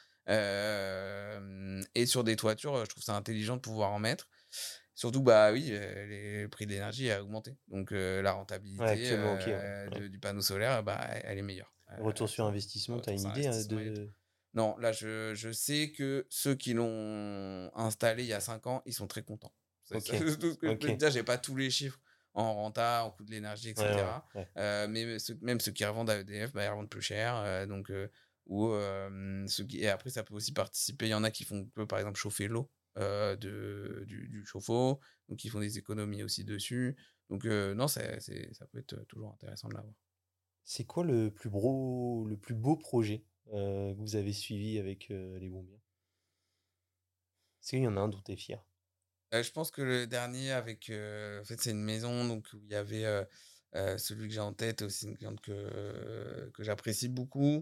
Euh, et sur des toitures, je trouve ça intelligent de pouvoir en mettre. Surtout, bah oui, euh, les- le prix de l'énergie a augmenté. Donc euh, la Ouais, rentabilité actuellement, ok, ouais. euh, Ouais. de- du panneau solaire, bah, elle elle est meilleure. Euh, Retour sur ça- investissement, t'as retour une sur idée hein, investissement est- de... Non, là, je, je sais que ceux qui l'ont installé il y a cinq ans, ils sont très contents. C'est ça, Ok, c'est tout ce que je peux ok. te dire. J'ai pas tous les chiffres en renta, en coût de l'énergie, Ouais, ouais, et cetera. ouais. Euh, mais ceux- même ceux qui revendent à E D F, bah, ils revendent plus cher. euh, donc, euh, ou, euh, ceux qui... Et après, ça peut aussi participer. Il y en a qui font, que, par exemple, chauffer l'eau euh, de, du, du chauffe-eau. Donc, ils font des économies aussi dessus. Donc, euh, non, c'est, c'est- ça peut être toujours intéressant de l'avoir. C'est quoi le plus beau, le plus beau projet euh, que vous avez suivi avec euh, les Bombiens? Est-ce qu'il y en a un dont tu es fier? Euh, je pense que le dernier avec, euh, en fait, c'est une maison donc où il y avait euh, euh, celui que j'ai en tête aussi une cliente que euh, que j'apprécie beaucoup.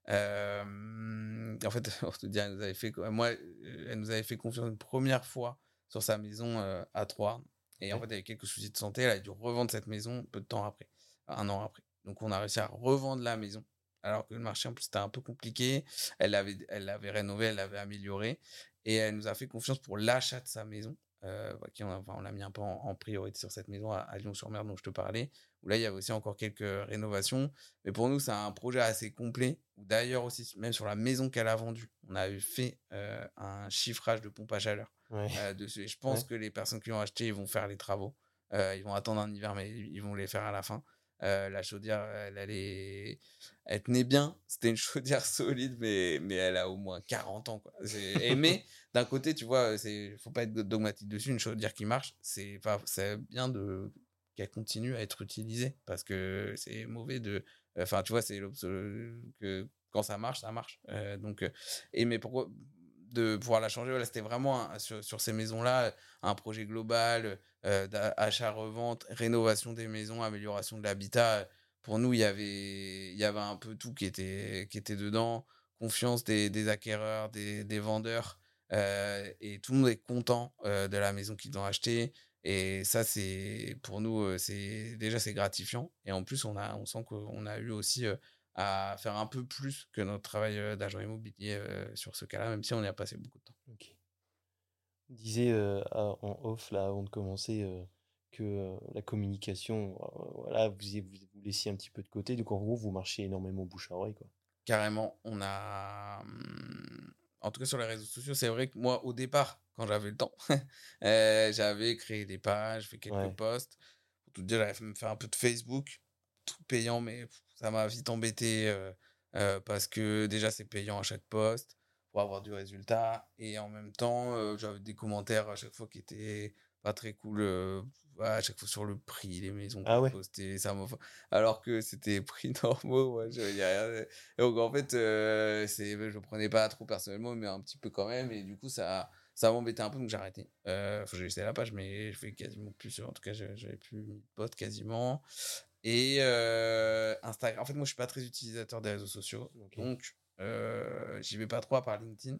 Euh, en fait, pour te dire, elle nous avait fait, moi, euh, elle nous avait fait confiance une première fois sur sa maison euh, à Troyes. Et en Ouais. fait, avec quelques soucis de santé, elle a dû revendre cette maison peu de temps après, un an après. Donc, on a réussi à revendre la maison. Alors que le marché, en plus, c'était un peu compliqué. Elle l'avait, elle l'avait rénové, elle l'avait amélioré. Et elle nous a fait confiance pour l'achat de sa maison. euh, bah, qui on, a- enfin, on l'a mis un peu en, en priorité sur cette maison à, à Lyon-sur-Mer dont je te parlais, où là, il y avait aussi encore quelques rénovations. Mais pour nous, c'est un projet assez complet. Où d'ailleurs aussi, même sur la maison qu'elle a vendue, on avait fait euh, un chiffrage de pompe à chaleur Ouais. euh, dessus. Et je pense Ouais. que les personnes qui l'ont acheté, ils vont faire les travaux. Euh, ils vont attendre un hiver, mais ils vont les faire à la fin. Euh, la chaudière, elle, elle, est... elle tenait bien. C'était une chaudière solide, mais, mais elle a au moins quarante ans. Quoi. Et, mais d'un côté, tu vois, il faut pas être dogmatique dessus. Une chaudière qui marche, c'est bien de qu'elle continue à être utilisée parce que c'est mauvais de. Enfin, tu vois, c'est que quand ça marche, ça marche. Euh, donc, et mais pourquoi de pouvoir la changer, voilà, c'était vraiment un, sur, sur ces maisons-là un projet global euh, d'achat-revente, rénovation des maisons, amélioration de l'habitat. Pour nous, il y avait, il y avait un peu tout qui était, qui était dedans. Confiance des, des acquéreurs, des, des vendeurs. Euh, et tout le monde est content euh, de la maison qu'ils ont achetée. Et ça, c'est pour nous, euh, c'est déjà c'est gratifiant. Et en plus, on a, on sent qu'on a eu aussi euh, à faire un peu plus que notre travail euh, d'agent immobilier euh, sur ce cas-là, même si on y a passé beaucoup de temps. Ok. On disait euh, à- en off, là, avant de commencer, euh, que euh, la communication, euh, voilà, vous, y- vous, vous laissiez un petit peu de côté. Donc, en gros, vous marchiez énormément bouche à oreille, quoi. Carrément, on a. hum, En tout cas, sur les réseaux sociaux, c'est vrai que moi, au départ, quand j'avais le temps, euh, j'avais créé des pages, fait quelques Ouais. posts. Pour tout dire, j'avais fait me faire un peu de Facebook, tout payant, mais pff, ça m'a vite embêté euh, euh, parce que déjà, c'est payant à chaque post pour avoir du résultat. Et en même temps, euh, j'avais des commentaires à chaque fois qui étaient pas très cool. euh, ouais, à chaque fois sur le prix, les maisons que Ah je ouais. postais, ça m'a- alors que c'était prix normaux. Moi, je, y a rien. Donc en fait, euh, c'est, je le prenais pas trop personnellement, mais un petit peu quand même. Et du coup, ça, ça m'embêtait un peu, donc j'ai arrêté. Euh, enfin, j'ai laissé la page, mais je fais quasiment plus. En tout cas, je- j'avais plus mis de potes quasiment. Et euh, Instagram. En fait, moi, je suis pas très utilisateur des réseaux sociaux, Ok. donc euh, j'y vais pas trop à part LinkedIn.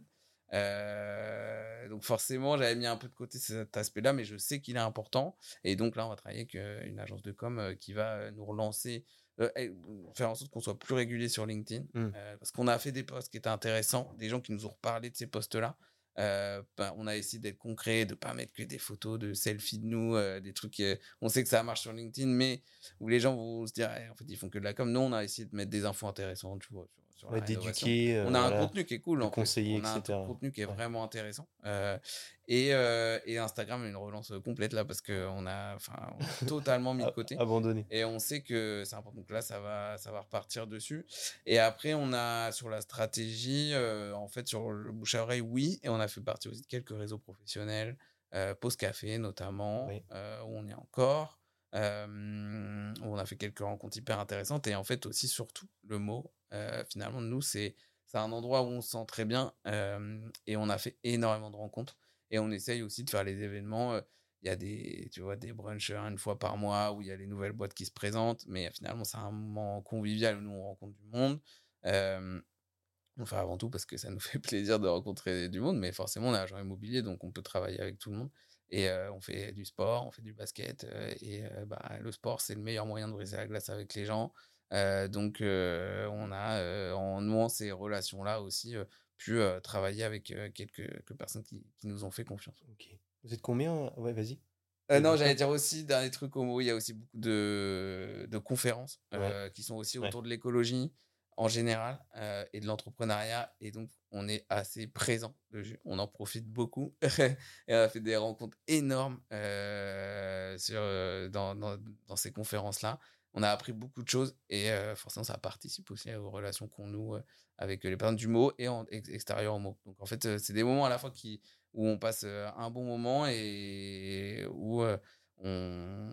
Euh, donc forcément, j'avais mis un peu de côté cet aspect-là, mais je sais qu'il est important. Et donc là, on va travailler avec euh, une agence de com euh, qui va euh, nous relancer, euh, et, euh, faire en sorte qu'on soit plus régulier sur LinkedIn. Hmm. Euh, parce qu'on a fait des posts qui étaient intéressants, des gens qui nous ont reparlé de ces posts-là. Euh, ben, on a essayé d'être concret, de pas mettre que des photos de selfies de nous, euh, des trucs. euh, on sait que ça marche sur LinkedIn, mais où les gens vont se dire, eh, en fait, ils font que de la com. Nous, on a essayé de mettre des infos intéressantes, tu vois, sur, sur la Ouais, rénovation. d'éduquer, On euh, a un voilà, contenu qui est cool de en plus. conseiller, On a un t- et cetera. contenu qui est Ouais. vraiment intéressant. Euh, et, euh, et Instagram, une relance complète là, parce qu'on a, enfin, on a totalement mis de A- côté. Abandonné. Et on sait que c'est important. Donc là, ça va, ça va repartir dessus. Et après, on a sur la stratégie, euh, en fait, sur le bouche à oreille, oui. Et on a fait partie aussi de quelques réseaux professionnels, euh, Pause Café notamment, Oui. euh, où on est encore. Euh, où on a fait quelques rencontres hyper intéressantes. Et en fait, aussi, surtout, le mot, euh, finalement, nous, c'est c'est un endroit où on se sent très bien. Euh, et on a fait énormément de rencontres. Et on essaye aussi de faire les événements. euh, il y a des, tu vois, des brunchs une fois par mois où il y a les nouvelles boîtes qui se présentent, mais finalement, c'est un moment convivial où nous, on rencontre du monde. Euh, enfin, avant tout, parce que ça nous fait plaisir de rencontrer du monde, mais forcément, on est agent immobilier, donc on peut travailler avec tout le monde. Et euh, on fait du sport, on fait du basket, euh, et euh, bah, le sport, c'est le meilleur moyen de briser la glace avec les gens. Euh, donc, euh, on a, euh, en nouant ces relations-là aussi, euh, pu euh, travailler avec euh, quelques, quelques personnes qui, qui nous ont fait confiance. Ok. Vous êtes combien? Ouais, vas-y. Euh, T'allais non, dire j'allais quoi? dire aussi, dernier truc homo, il y a aussi beaucoup de, de conférences Ouais. euh, qui sont aussi Ouais. autour de l'écologie en général euh, et de l'entrepreneuriat. Et donc, on est assez présent dessus. On en profite beaucoup. Et on a fait des rencontres énormes euh, sur, euh, dans, dans, dans ces conférences-là. On a appris beaucoup de choses et euh, forcément, ça participe aussi aux relations qu'on noue euh, avec les personnes du mot et en ex- extérieur au mot. Donc, en fait, euh, c'est des moments à la fois qui où on passe euh, un bon moment et où euh, on,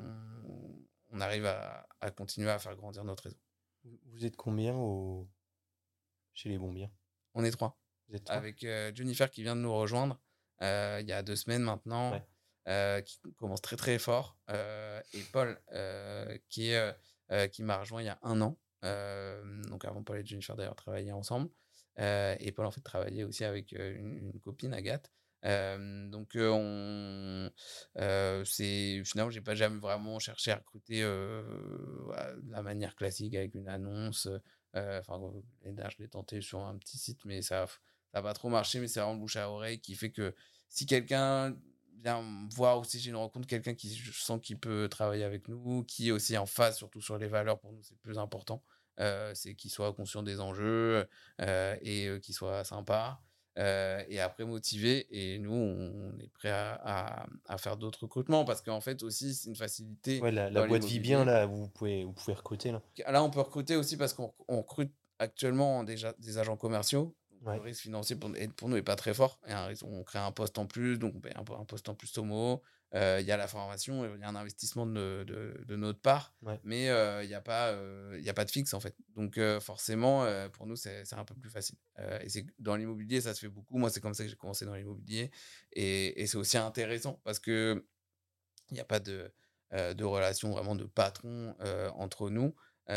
on arrive à, à continuer à faire grandir notre réseau. Vous vous êtes combien au... chez les Bombiens? On est trois, Vous êtes trois? avec euh, Jennifer qui vient de nous rejoindre euh, il y a deux semaines maintenant, Ouais. euh, qui commence très très fort, euh, et Paul euh, qui, est, euh, euh, qui m'a rejoint il y a un an. Euh, donc avant Paul et Jennifer d'ailleurs travaillaient ensemble. Euh, et Paul en fait travaillait aussi avec euh, une, une copine, Agathe. Euh, donc euh, on euh, c'est finalement j'ai pas jamais vraiment cherché à recruter euh, de la manière classique avec une annonce. Euh, enfin euh, l'année dernière, je l'ai tenté sur un petit site, mais ça ça n'a pas trop marché. Mais c'est vraiment le bouche à oreille qui fait que si quelqu'un bien voir aussi, j'ai une rencontre, quelqu'un qui je sens qu'il peut travailler avec nous, qui est aussi en phase, surtout sur les valeurs, pour nous, c'est le plus important. Euh, c'est qu'il soit conscient des enjeux euh, et euh, qu'il soit sympa. Euh, et après motivé, et nous on est prêt à, à, à faire d'autres recrutements parce qu'en fait aussi c'est une facilité Ouais, la, la dans boîte vit bien, l'immobilier. là, vous pouvez, vous pouvez recruter, là. Là on peut recruter aussi parce qu'on on recrute actuellement déjà des agents commerciaux. Donc, le Ouais. risque financier pour, pour nous n'est pas très fort, et un risque- on crée un poste en plus, donc on paye un, po- un poste en plus au mot. Euh, il y a la formation, il y a un investissement de, de, de notre part, Ouais. mais euh, il n'y a, pas, euh, il y a pas de fixe en fait. Donc euh, forcément, euh, pour nous, c'est c'est un peu plus facile. Euh, et c'est dans l'immobilier, ça se fait beaucoup. Moi, c'est comme ça que j'ai commencé dans l'immobilier. Et, et c'est aussi intéressant parce que il n'y a pas de, euh, de relation vraiment de patron euh, entre nous.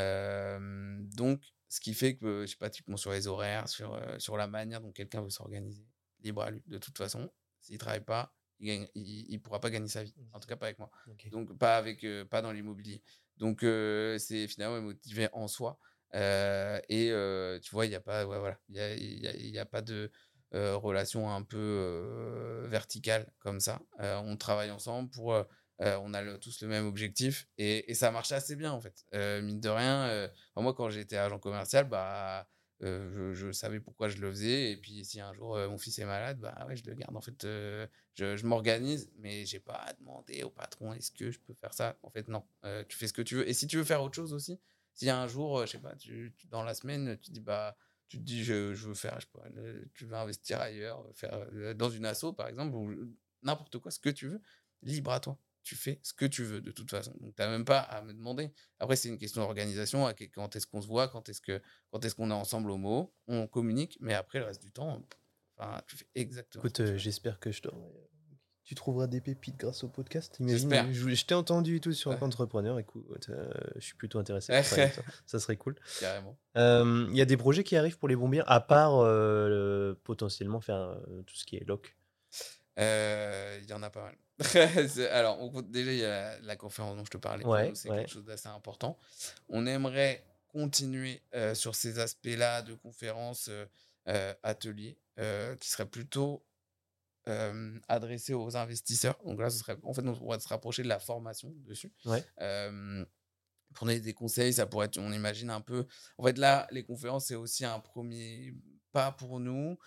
Euh, donc, ce qui fait que, je sais pas, typiquement sur les horaires, sur, euh, sur la manière dont quelqu'un veut s'organiser, libre à lui. De toute façon, s'il ne travaille pas, il ne il, il pourra pas gagner sa vie. En tout cas, pas avec moi. Ok. Donc, pas, avec, euh, pas dans l'immobilier. Donc, euh, c'est finalement motivé en soi. Euh, et euh, tu vois, il n'y a pas, ouais, voilà, il y a, il y a, il y a pas de euh, relation un peu euh, verticale comme ça. Euh, on travaille ensemble pour euh, euh, on a le- tous le même objectif, et, et ça marche assez bien en fait. Euh, mine de rien, euh, enfin, moi quand j'étais agent commercial, bah, euh, je, je savais pourquoi je le faisais. Et puis si un jour euh, mon fils est malade, bah ouais, je le garde. En fait, euh, je, je m'organise, mais j'ai pas à demander au patron est-ce que je peux faire ça. En fait, non. Euh, tu fais ce que tu veux. Et si tu veux faire autre chose aussi, s'il y a un jour, euh, je sais pas, tu, tu- dans la semaine, tu dis bah tu te dis je, je veux faire, je sais pas, le- tu veux investir ailleurs, faire euh, dans une asso par exemple, ou n'importe quoi, ce que tu veux, libre à toi. Tu fais ce que tu veux de toute façon. Donc, tu n'as même pas à me demander. Après, c'est une question d'organisation. Quand est-ce qu'on se voit, quand est-ce que, quand est-ce qu'on est ensemble au mot, on communique, mais après, le reste du temps, enfin, tu fais exactement Écoute, ce que tu euh, veux. j'espère que je t'aurai- tu trouveras des pépites grâce au podcast. Imagine, J'espère. je, je t'ai entendu et tout sur Ouais. entrepreneur. Écoute, euh, je suis plutôt intéressé par travailler avec toi. Ça serait cool. Carrément. Euh, Il y a des projets qui arrivent pour les bons biens, à part euh, le- potentiellement faire euh, tout ce qui est loc. Euh, Il y en a pas mal. C'est- Alors, on compte- déjà, il y a la, la conférence dont je te parlais. Pour Ouais, nous, c'est ouais. quelque chose d'assez important. On aimerait continuer euh, sur ces aspects-là de conférences, euh, euh, ateliers, euh, qui seraient plutôt euh, adressé aux investisseurs. Donc là, ce serait, en fait, on va se rapprocher de la formation dessus. Ouais. Euh, pour donner des conseils, ça pourrait être, on imagine un peu. En fait, là, les conférences, c'est aussi un premier pas pour nous,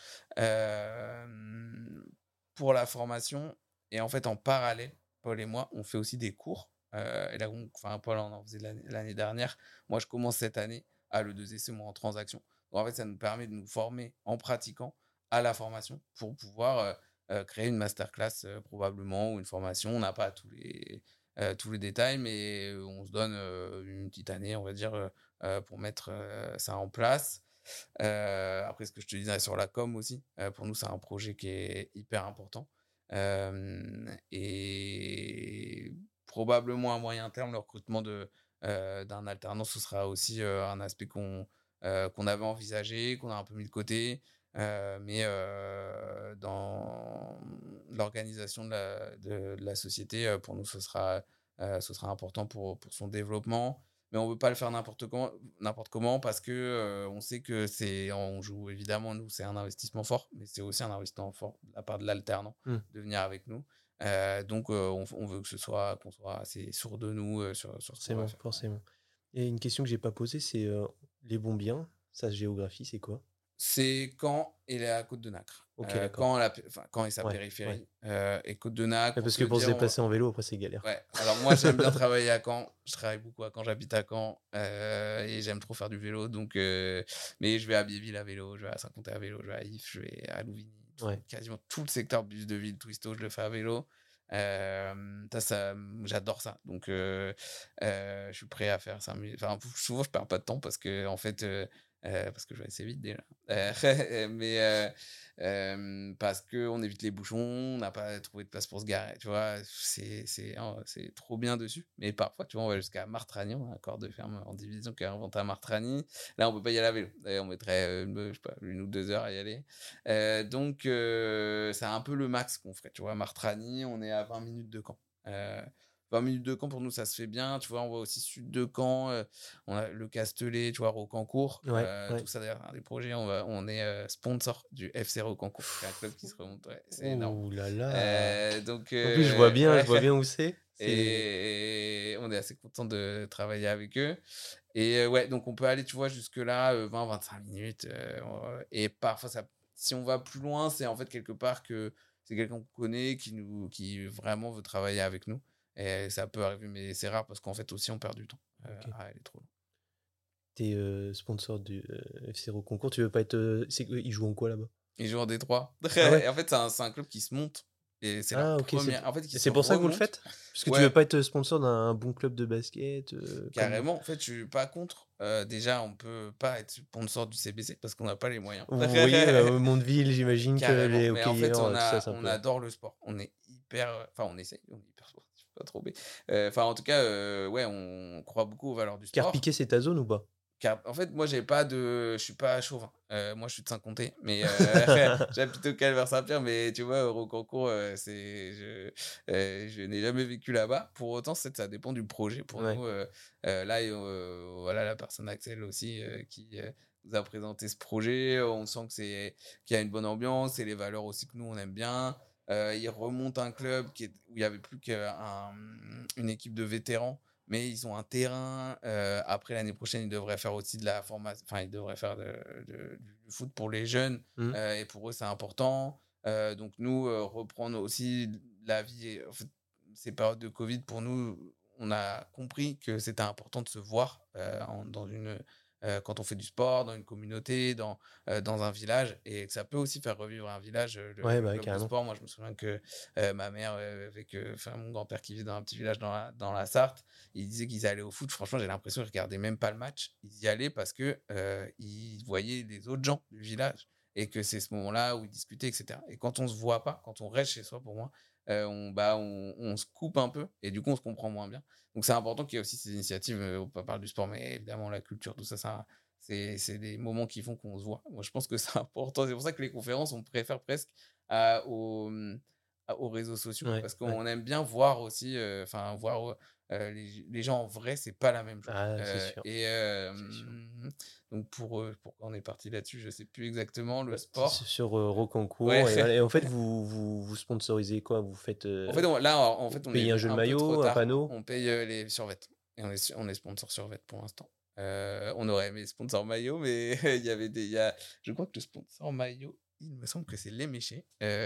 euh, pour la formation. Et en fait, en parallèle, Paul et moi, on fait aussi des cours. Euh, et là, on- enfin, Paul on en faisait l'année, l'année dernière. Moi, je commence cette année à le deux essais, moi, en transaction. Donc, en fait, ça nous permet de nous former en pratiquant à la formation pour pouvoir euh, euh, créer une masterclass euh, probablement, ou une formation. On n'a pas tous les, euh, tous les détails, mais on se donne euh, une petite année, on va dire, euh, euh, pour mettre euh, ça en place. Euh, après, ce que je te disais sur la com aussi, euh, pour nous, c'est un projet qui est hyper important. Euh, et probablement à moyen terme, le recrutement de, euh, d'un alternant, ce sera aussi euh, un aspect qu'on euh, qu'on avait envisagé, qu'on a un peu mis de côté. Euh, mais euh, dans l'organisation de la, de, de la société, euh, pour nous, ce sera, euh, ce sera important pour, pour son développement. Mais on ne veut pas le faire n'importe comment, n'importe comment parce que euh, on sait que c'est, on joue évidemment, nous, c'est un investissement fort, mais c'est aussi un investissement fort de la part de l'alternant Mm. de venir avec nous. Euh, donc, euh, on, on veut que ce soit, qu'on soit assez sûr de nous euh, sur, sur ce qu'on va Forcément, faire. forcément. Et une question que j'ai pas posée, c'est euh, les bons biens, sa géographie, c'est quoi? C'est Caen et la Côte de Nacre. Ok, Euh, d'accord. Caen, la, enfin, Caen et sa Ouais, ouais. périphérie. Euh, et Côte de Nacre, Ouais, pour parce te que pour se dire, on- déplacer en vélo, après, c'est galère. ouais. Alors moi, j'aime bien travailler à Caen. Je travaille beaucoup à Caen. J'habite à Caen euh, et j'aime trop faire du vélo. Donc, euh, mais je vais à Biéville à vélo, je vais à Saint-Compté à vélo, je vais à If, je vais à Louvigny. Tout- Ouais. Quasiment tout le secteur bus de ville, Twisto, je le fais à vélo. Euh, ça, ça, j'adore ça. Donc, euh, euh, je suis prêt à faire ça. Enfin, souvent, je perds pas de temps parce que, en fait, euh, euh, parce que je vais assez vite déjà. Euh, mais euh, euh, parce qu'on évite les bouchons, on n'a pas trouvé de place pour se garer, tu vois, c'est, c'est, oh, c'est trop bien dessus. Mais parfois, tu vois, on va jusqu'à Martragny, on a un corps de ferme en division qui est inventé à Martragny. Là, on peut pas y aller à vélo. D'ailleurs, on mettrait euh, une, je sais pas, une ou deux heures à y aller. Euh, donc, euh, c'est un peu le max qu'on ferait, tu vois. Martragny, on est à vingt minutes de Caen. Euh, vingt minutes de Caen, pour nous, ça se fait bien. Tu vois, on voit aussi Sud de Caen, euh, on a le Castellet, tu vois, Rocancourt. Ouais, euh, ouais. Tout ça, d'ailleurs, un des projets, on, va, on est euh, sponsor du F C Rocancourt, qui est un club qui se remonte. Ouais, c'est énorme. Oh là là. Euh, donc, En plus, je vois euh, bien, ouais. je vois bien où c'est. C'est... Et on est assez content de travailler avec eux. Et euh, ouais, donc on peut aller, tu vois, jusque-là, euh, vingt à vingt-cinq minutes. euh, on- et parfois, ça, si on va plus loin, c'est en fait quelque part que c'est quelqu'un qu'on connaît qui, nous, qui vraiment veut travailler avec nous. Et ça peut arriver, mais c'est rare parce qu'en fait aussi, on perd du temps euh, Ok. à aller trop loin. T'es euh, sponsor du euh, F C Rocancourt, tu veux pas être... euh, c'est... Ils jouent en quoi là-bas? Ils jouent en Détroit. Ah ouais? Et en fait, c'est un, c'est un club qui se monte. Et c'est leur Ah ok, c'est, première. En fait, qui et se c'est pour ça que vous le remonte. faites? Parce que tu Ouais, veux pas être sponsor d'un bon club de basket euh, comme... carrément. En fait, je suis pas contre. Euh, déjà, on peut pas être sponsor du C B C parce qu'on n'a pas les moyens. Oui, euh, au Mondeville, j'imagine que Carrément. les Mais en fait, hockeyeurs, on, euh, tout ça, a, c'est un on peu... adore le sport. On est hyper. Enfin, on essaye. On est hyper sportif. Pas trop. mais, euh, Enfin, en tout cas, euh, ouais, on croit beaucoup aux valeurs du sport. Carpiquet, c'est ta zone ou pas? Car, en fait, moi, j'ai pas de. Je suis pas chauvin. Euh, moi, je suis de Saint-Comté. Mais euh, j'habite plutôt Calvaire Saint-Pierre. Mais tu vois, Rocancourt, euh, c'est. Je, euh, je n'ai jamais vécu là-bas. Pour autant, c'est- ça dépend du projet pour Ouais. nous. Euh, euh, là, euh, voilà, la personne Axel aussi euh, qui euh, nous a présenté ce projet. On sent que c'est qu'il y a une bonne ambiance et les valeurs aussi que nous, on aime bien. Euh, il remonte un club qui est, où il n'y avait plus qu'une équipe de vétérans, mais ils ont un terrain. Euh, après, l'année prochaine, ils devraient faire aussi de la formation. Enfin, ils devraient faire de, de- du foot pour les jeunes. Mm. Euh, et pour eux, c'est important. Euh, donc, nous, euh, reprendre aussi la vie. En fait, ces périodes de Covid, pour nous, on a compris que c'était important de se voir euh, en- dans une. Euh, quand on fait du sport, dans une communauté, dans, euh, dans un village, et que ça peut aussi faire revivre un village, euh, le, Ouais, le bah, club de carrément. sport. Moi, je me souviens que euh, ma mère, euh, avec euh, enfin, mon grand-père qui vit dans un petit village dans la, dans la Sarthe, ils disaient qu'ils allaient au foot. Franchement, j'ai l'impression qu'ils regardaient même pas le match. Ils y allaient parce que euh, ils voyaient les autres gens du village et que c'est ce moment-là où ils discutaient, et cetera. Et quand on se voit pas, quand on reste chez soi, pour moi, euh, on, bah, on, on se coupe un peu et du coup, on se comprend moins bien. Donc, c'est important qu'il y ait aussi ces initiatives. Euh, on parle du sport, mais évidemment, la culture, tout ça, ça c'est, c'est des moments qui font qu'on se voit. Moi, je pense que c'est important. C'est pour ça que les conférences, on préfère presque à, aux, à- aux réseaux sociaux Ouais, parce ouais. qu'on aime bien voir aussi, euh, enfin, voir euh, les, les gens en vrai, c'est pas la même chose. Ah, c'est Euh, sûr. et euh, C'est sûr. donc, pour, euh, pourquoi on est parti là-dessus, je sais plus exactement. Le Ouais, c'est sport. sur euh, Rocancourt. Ouais. Et, voilà. Et en fait, vous, vous, vous sponsorisez quoi? Vous faites En euh, fait, on- là, en en vous fait, on payez un est jeu de un peu trop maillot, un tard. panneau? On paye euh, les survêtements. Et on est, on est sponsor survêt pour l'instant. Euh, on aurait aimé sponsor maillot, mais il y avait des. il Y a, je crois que le sponsor maillot, il me semble que c'est Les Méchés,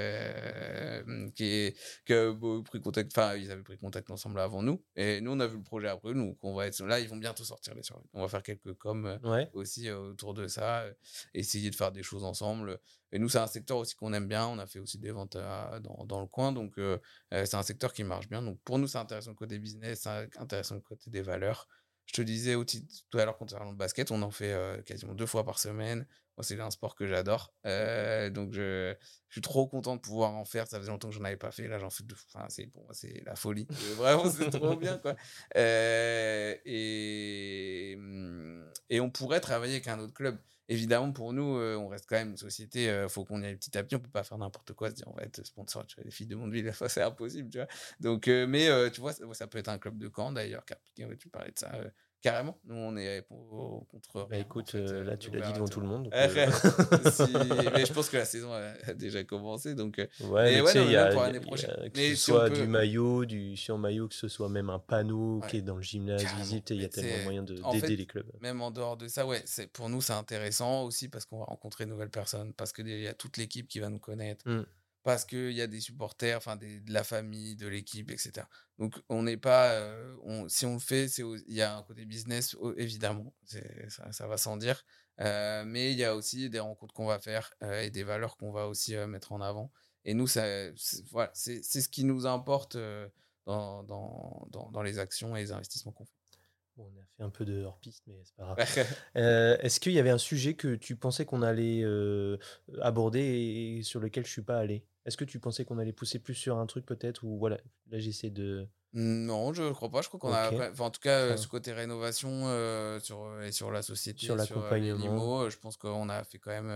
euh, qui est, que, bon, pris contact, enfin, ils avaient pris contact ensemble avant nous. Et nous, on a vu le projet après nous. On va être là, ils vont bientôt sortir les survêtements. On va faire quelques coms euh, Ouais. aussi euh, autour de ça, euh, essayer de faire des choses ensemble. Et nous, c'est un secteur aussi qu'on aime bien. On a fait aussi des ventes à- dans, dans le coin. Donc, euh, euh, c'est un secteur qui marche bien. Donc, pour nous, c'est intéressant le côté business, c'est intéressant le côté des valeurs. Je te disais aussi tout à l'heure, concernant le basket, on en fait euh, quasiment deux fois par semaine. Moi, c'est un sport que j'adore. Euh, donc, je, je suis trop content de pouvoir en faire. Ça faisait longtemps que j'en avais pas fait. Là, j'en fais deux. Enfin, c'est, pour moi, c'est la folie. Euh, vraiment, c'est trop bien, quoi. Euh, et, hum, et on pourrait travailler avec un autre club. Évidemment, pour nous, euh, on reste quand même une société. Il faut qu'on y aille petit à petit. On peut pas faire n'importe quoi, se dire on va être sponsor. Tu vois, les filles de Mondeville, ça, c'est impossible, tu vois. Donc, euh, mais euh, tu vois, ça, ça peut être un club de Caen d'ailleurs. car- ouais, Tu parlais de ça. euh, carrément, nous, on est pour, contre Bah rien. En écoute, fait, euh, euh, là on est tu l'as ouvert dit à devant tout tout le le monde. monde. Donc, euh, Si- mais je pense que la saison a a déjà commencé. Donc, euh, Ouais, mais mais tu ouais, sais, non, il mais y même a, pour il y a- l'année il y prochaine. a- que Mais ce si on soit du peut, maillot, du sur-maillot, que ce soit même un panneau qui ouais, est dans le gymnase carrément. visible, tu sais, il y Mais a tellement de c'est, moyens de, en d'aider fait, les clubs. même en dehors de ça, ouais, c'est, pour nous, c'est intéressant aussi parce qu'on va rencontrer de nouvelles personnes, parce qu'il y a toute l'équipe qui va nous connaître, Mm. parce qu'il y a des supporters, enfin, des- de la famille, de l'équipe, et cetera. Donc, on n'est pas. euh, on- si on le fait, c'est au- il y a un côté business, au- évidemment, c'est, ça, ça va sans dire. Euh, mais il y a aussi des rencontres qu'on va faire euh, et des valeurs qu'on va aussi euh, mettre en avant. Et nous, ça, c'est, voilà, c'est, c'est ce qui nous importe euh, dans, dans, dans, dans les actions et les investissements qu'on fait. Bon, on a fait un peu de hors-piste, mais c'est pas grave. Euh, est-ce qu'il y avait un sujet que tu pensais qu'on allait euh, aborder et sur lequel je suis pas allé? Est-ce que tu pensais qu'on allait pousser plus sur un truc peut-être ou voilà, là j'essaie de... Non, je ne crois pas. Je crois qu'on a, Ok, quand même- enfin, en tout cas, euh, enfin, ce côté rénovation euh, sur, euh, et sur la sur société, sur euh, les l'accompagnement. limos, euh, je pense qu'on a fait quand même euh,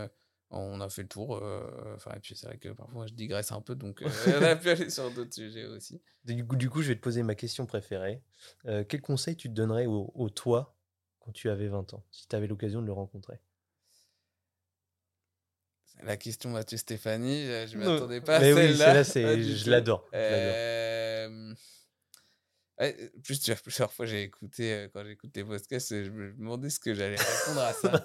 on a fait le tour. euh, Enfin, et puis c'est vrai que parfois je digresse un peu, donc euh, on a pu aller sur d'autres sujets aussi. Du coup, du coup, je vais te poser ma question préférée. Euh, quel conseil tu te donnerais au, au toi quand tu avais vingt ans, si tu avais l'occasion de le rencontrer? La question Mathieu Stéphanie, euh, je ne Non. m'attendais pas à Mais oui, celle-là. celle-là, pas c'est, du je tout. l'adore. je l'adore. Euh, ouais, plus, tu vois, plusieurs fois, j'ai écouté, euh, quand j'écoute les podcasts, je me demandais ce que j'allais répondre à ça.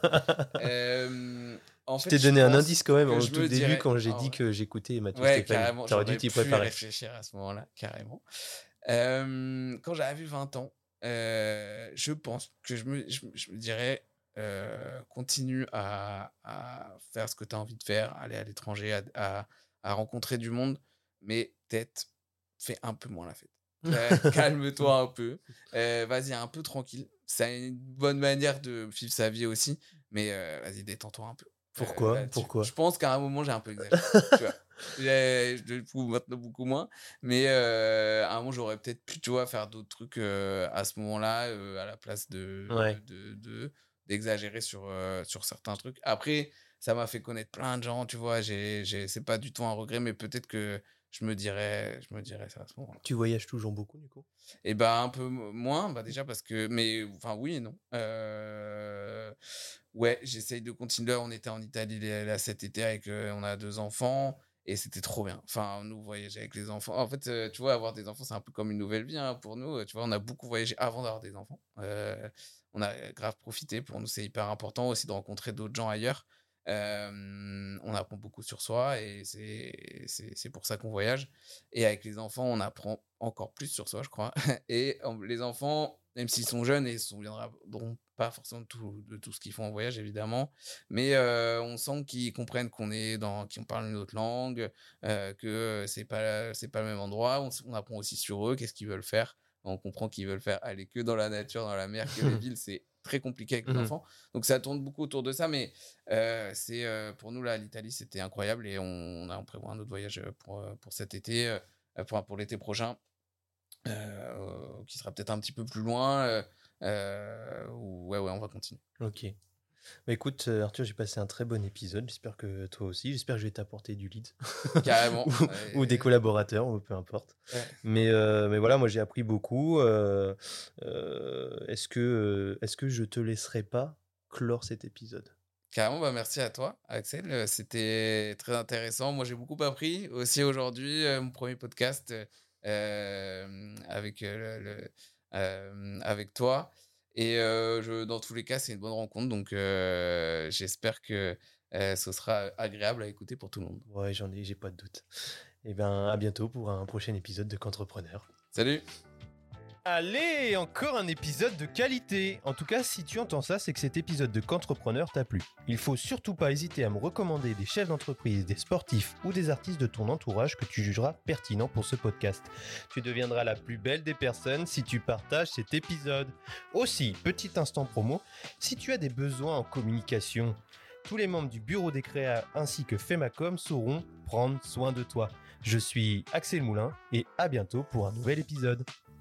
Euh, en Je fait, t'ai je donné un pense indice quand même que au je tout me début dirais. quand j'ai Ah dit ouais. que j'écoutais Mathieu Ouais, Stéphanie. carrément, T'aurais dû j'aurais t'y pu y préparer. réfléchir à ce moment-là, carrément. Euh, quand j'avais vingt ans, euh, je pense que je me, je, me- je me dirais euh, continue à, à faire ce que tu as envie de faire, aller à l'étranger, à, à- à rencontrer du monde, mais peut-être fais un peu moins la fête. Euh, calme-toi un peu, euh, vas-y un peu tranquille. C'est une bonne manière de vivre sa vie aussi, mais euh, vas-y, détends-toi un peu euh, Pourquoi? là-dessus. Pourquoi? Je pense qu'à un moment, j'ai un peu exagéré, tu vois. J'ai- Je le trouve maintenant beaucoup moins. Mais euh, à un moment, j'aurais peut-être pu, tu vois, faire d'autres trucs euh, à ce moment-là, euh, à la place de, Ouais. de, de- d'exagérer sur, euh, sur certains trucs. Après, ça m'a fait connaître plein de gens, tu vois. J'ai, j'ai, c'est pas du tout un regret, mais peut-être que je me dirais, je me dirais ça à ce moment-là. Tu voyages toujours beaucoup du coup? Et bah, un peu mo- moins, bah déjà parce que. Mais enfin, oui et non. Euh, Ouais, j'essaye de continuer. Là, on était en Italie là, là, cet été avec. euh, on a deux enfants. Et c'était trop bien. Enfin, nous, voyager avec les enfants. En fait, euh, tu vois, avoir des enfants, c'est un peu comme une nouvelle vie hein, pour nous. Tu vois, on a beaucoup voyagé avant d'avoir des enfants. Euh, on a grave profité. Pour nous, c'est hyper important aussi de rencontrer d'autres gens ailleurs. Euh, on apprend beaucoup sur soi et c'est, c'est, c'est pour ça qu'on voyage. Et avec les enfants, on apprend encore plus sur soi, je crois. Et en- les enfants, même s'ils sont jeunes et ils ne se souviendront pas forcément de tout, de tout ce qu'ils font en voyage, évidemment, mais euh, on sent qu'ils comprennent qu'on est dans, qu'on parle une autre langue, euh, que c'est pas, c'est pas le même endroit. On, s- on apprend aussi sur eux, qu'est-ce qu'ils veulent faire. On comprend qu'ils veulent faire aller que dans la nature, dans la mer, que les villes, c'est très compliqué avec les Mhm. enfants. Donc ça tourne beaucoup autour de ça, mais euh, c'est euh, pour nous là, l'Italie, c'était incroyable et on, on a on prévoit un autre voyage euh, pour, euh, pour cet été, euh, pour, pour l'été prochain, euh, qui sera peut-être un petit peu plus loin. Euh, euh, ou- ouais, ouais, on va continuer. Ok. Bah écoute, euh, Arthur, j'ai passé un très bon épisode. J'espère que toi aussi. J'espère que je vais t'apporter du lead. Carrément. ou, ou des Euh, collaborateurs, ou peu importe. ouais. Mais, euh, mais voilà, moi j'ai appris beaucoup. Euh, euh, est-ce que, euh, est-ce que je te laisserai pas clore cet épisode? Carrément, bah merci à toi, Axel. Euh, C'était très intéressant. Moi, j'ai beaucoup appris aussi aujourd'hui. euh, mon premier podcast euh, avec, euh, le, le- euh, avec toi. Et euh, je, dans tous les cas, c'est une bonne rencontre. Donc, euh, j'espère que euh, ce sera agréable à écouter pour tout le monde. Ouais, j'en ai, j'ai pas de doute. Et ben, à bientôt pour un prochain épisode de Qu'entrepreneur. Salut! Allez, encore un épisode de qualité. En tout cas, si tu entends ça, c'est que cet épisode de Qu'entrepreneur t'a plu. Il faut surtout pas hésiter à me recommander des chefs d'entreprise, des sportifs ou des artistes de ton entourage que tu jugeras pertinents pour ce podcast. Tu deviendras la plus belle des personnes si tu partages cet épisode. Aussi, petit instant promo, si tu as des besoins en communication, tous les membres du bureau des créas ainsi que Femacom sauront prendre soin de toi. Je suis Axel Moulin et à bientôt pour un nouvel épisode.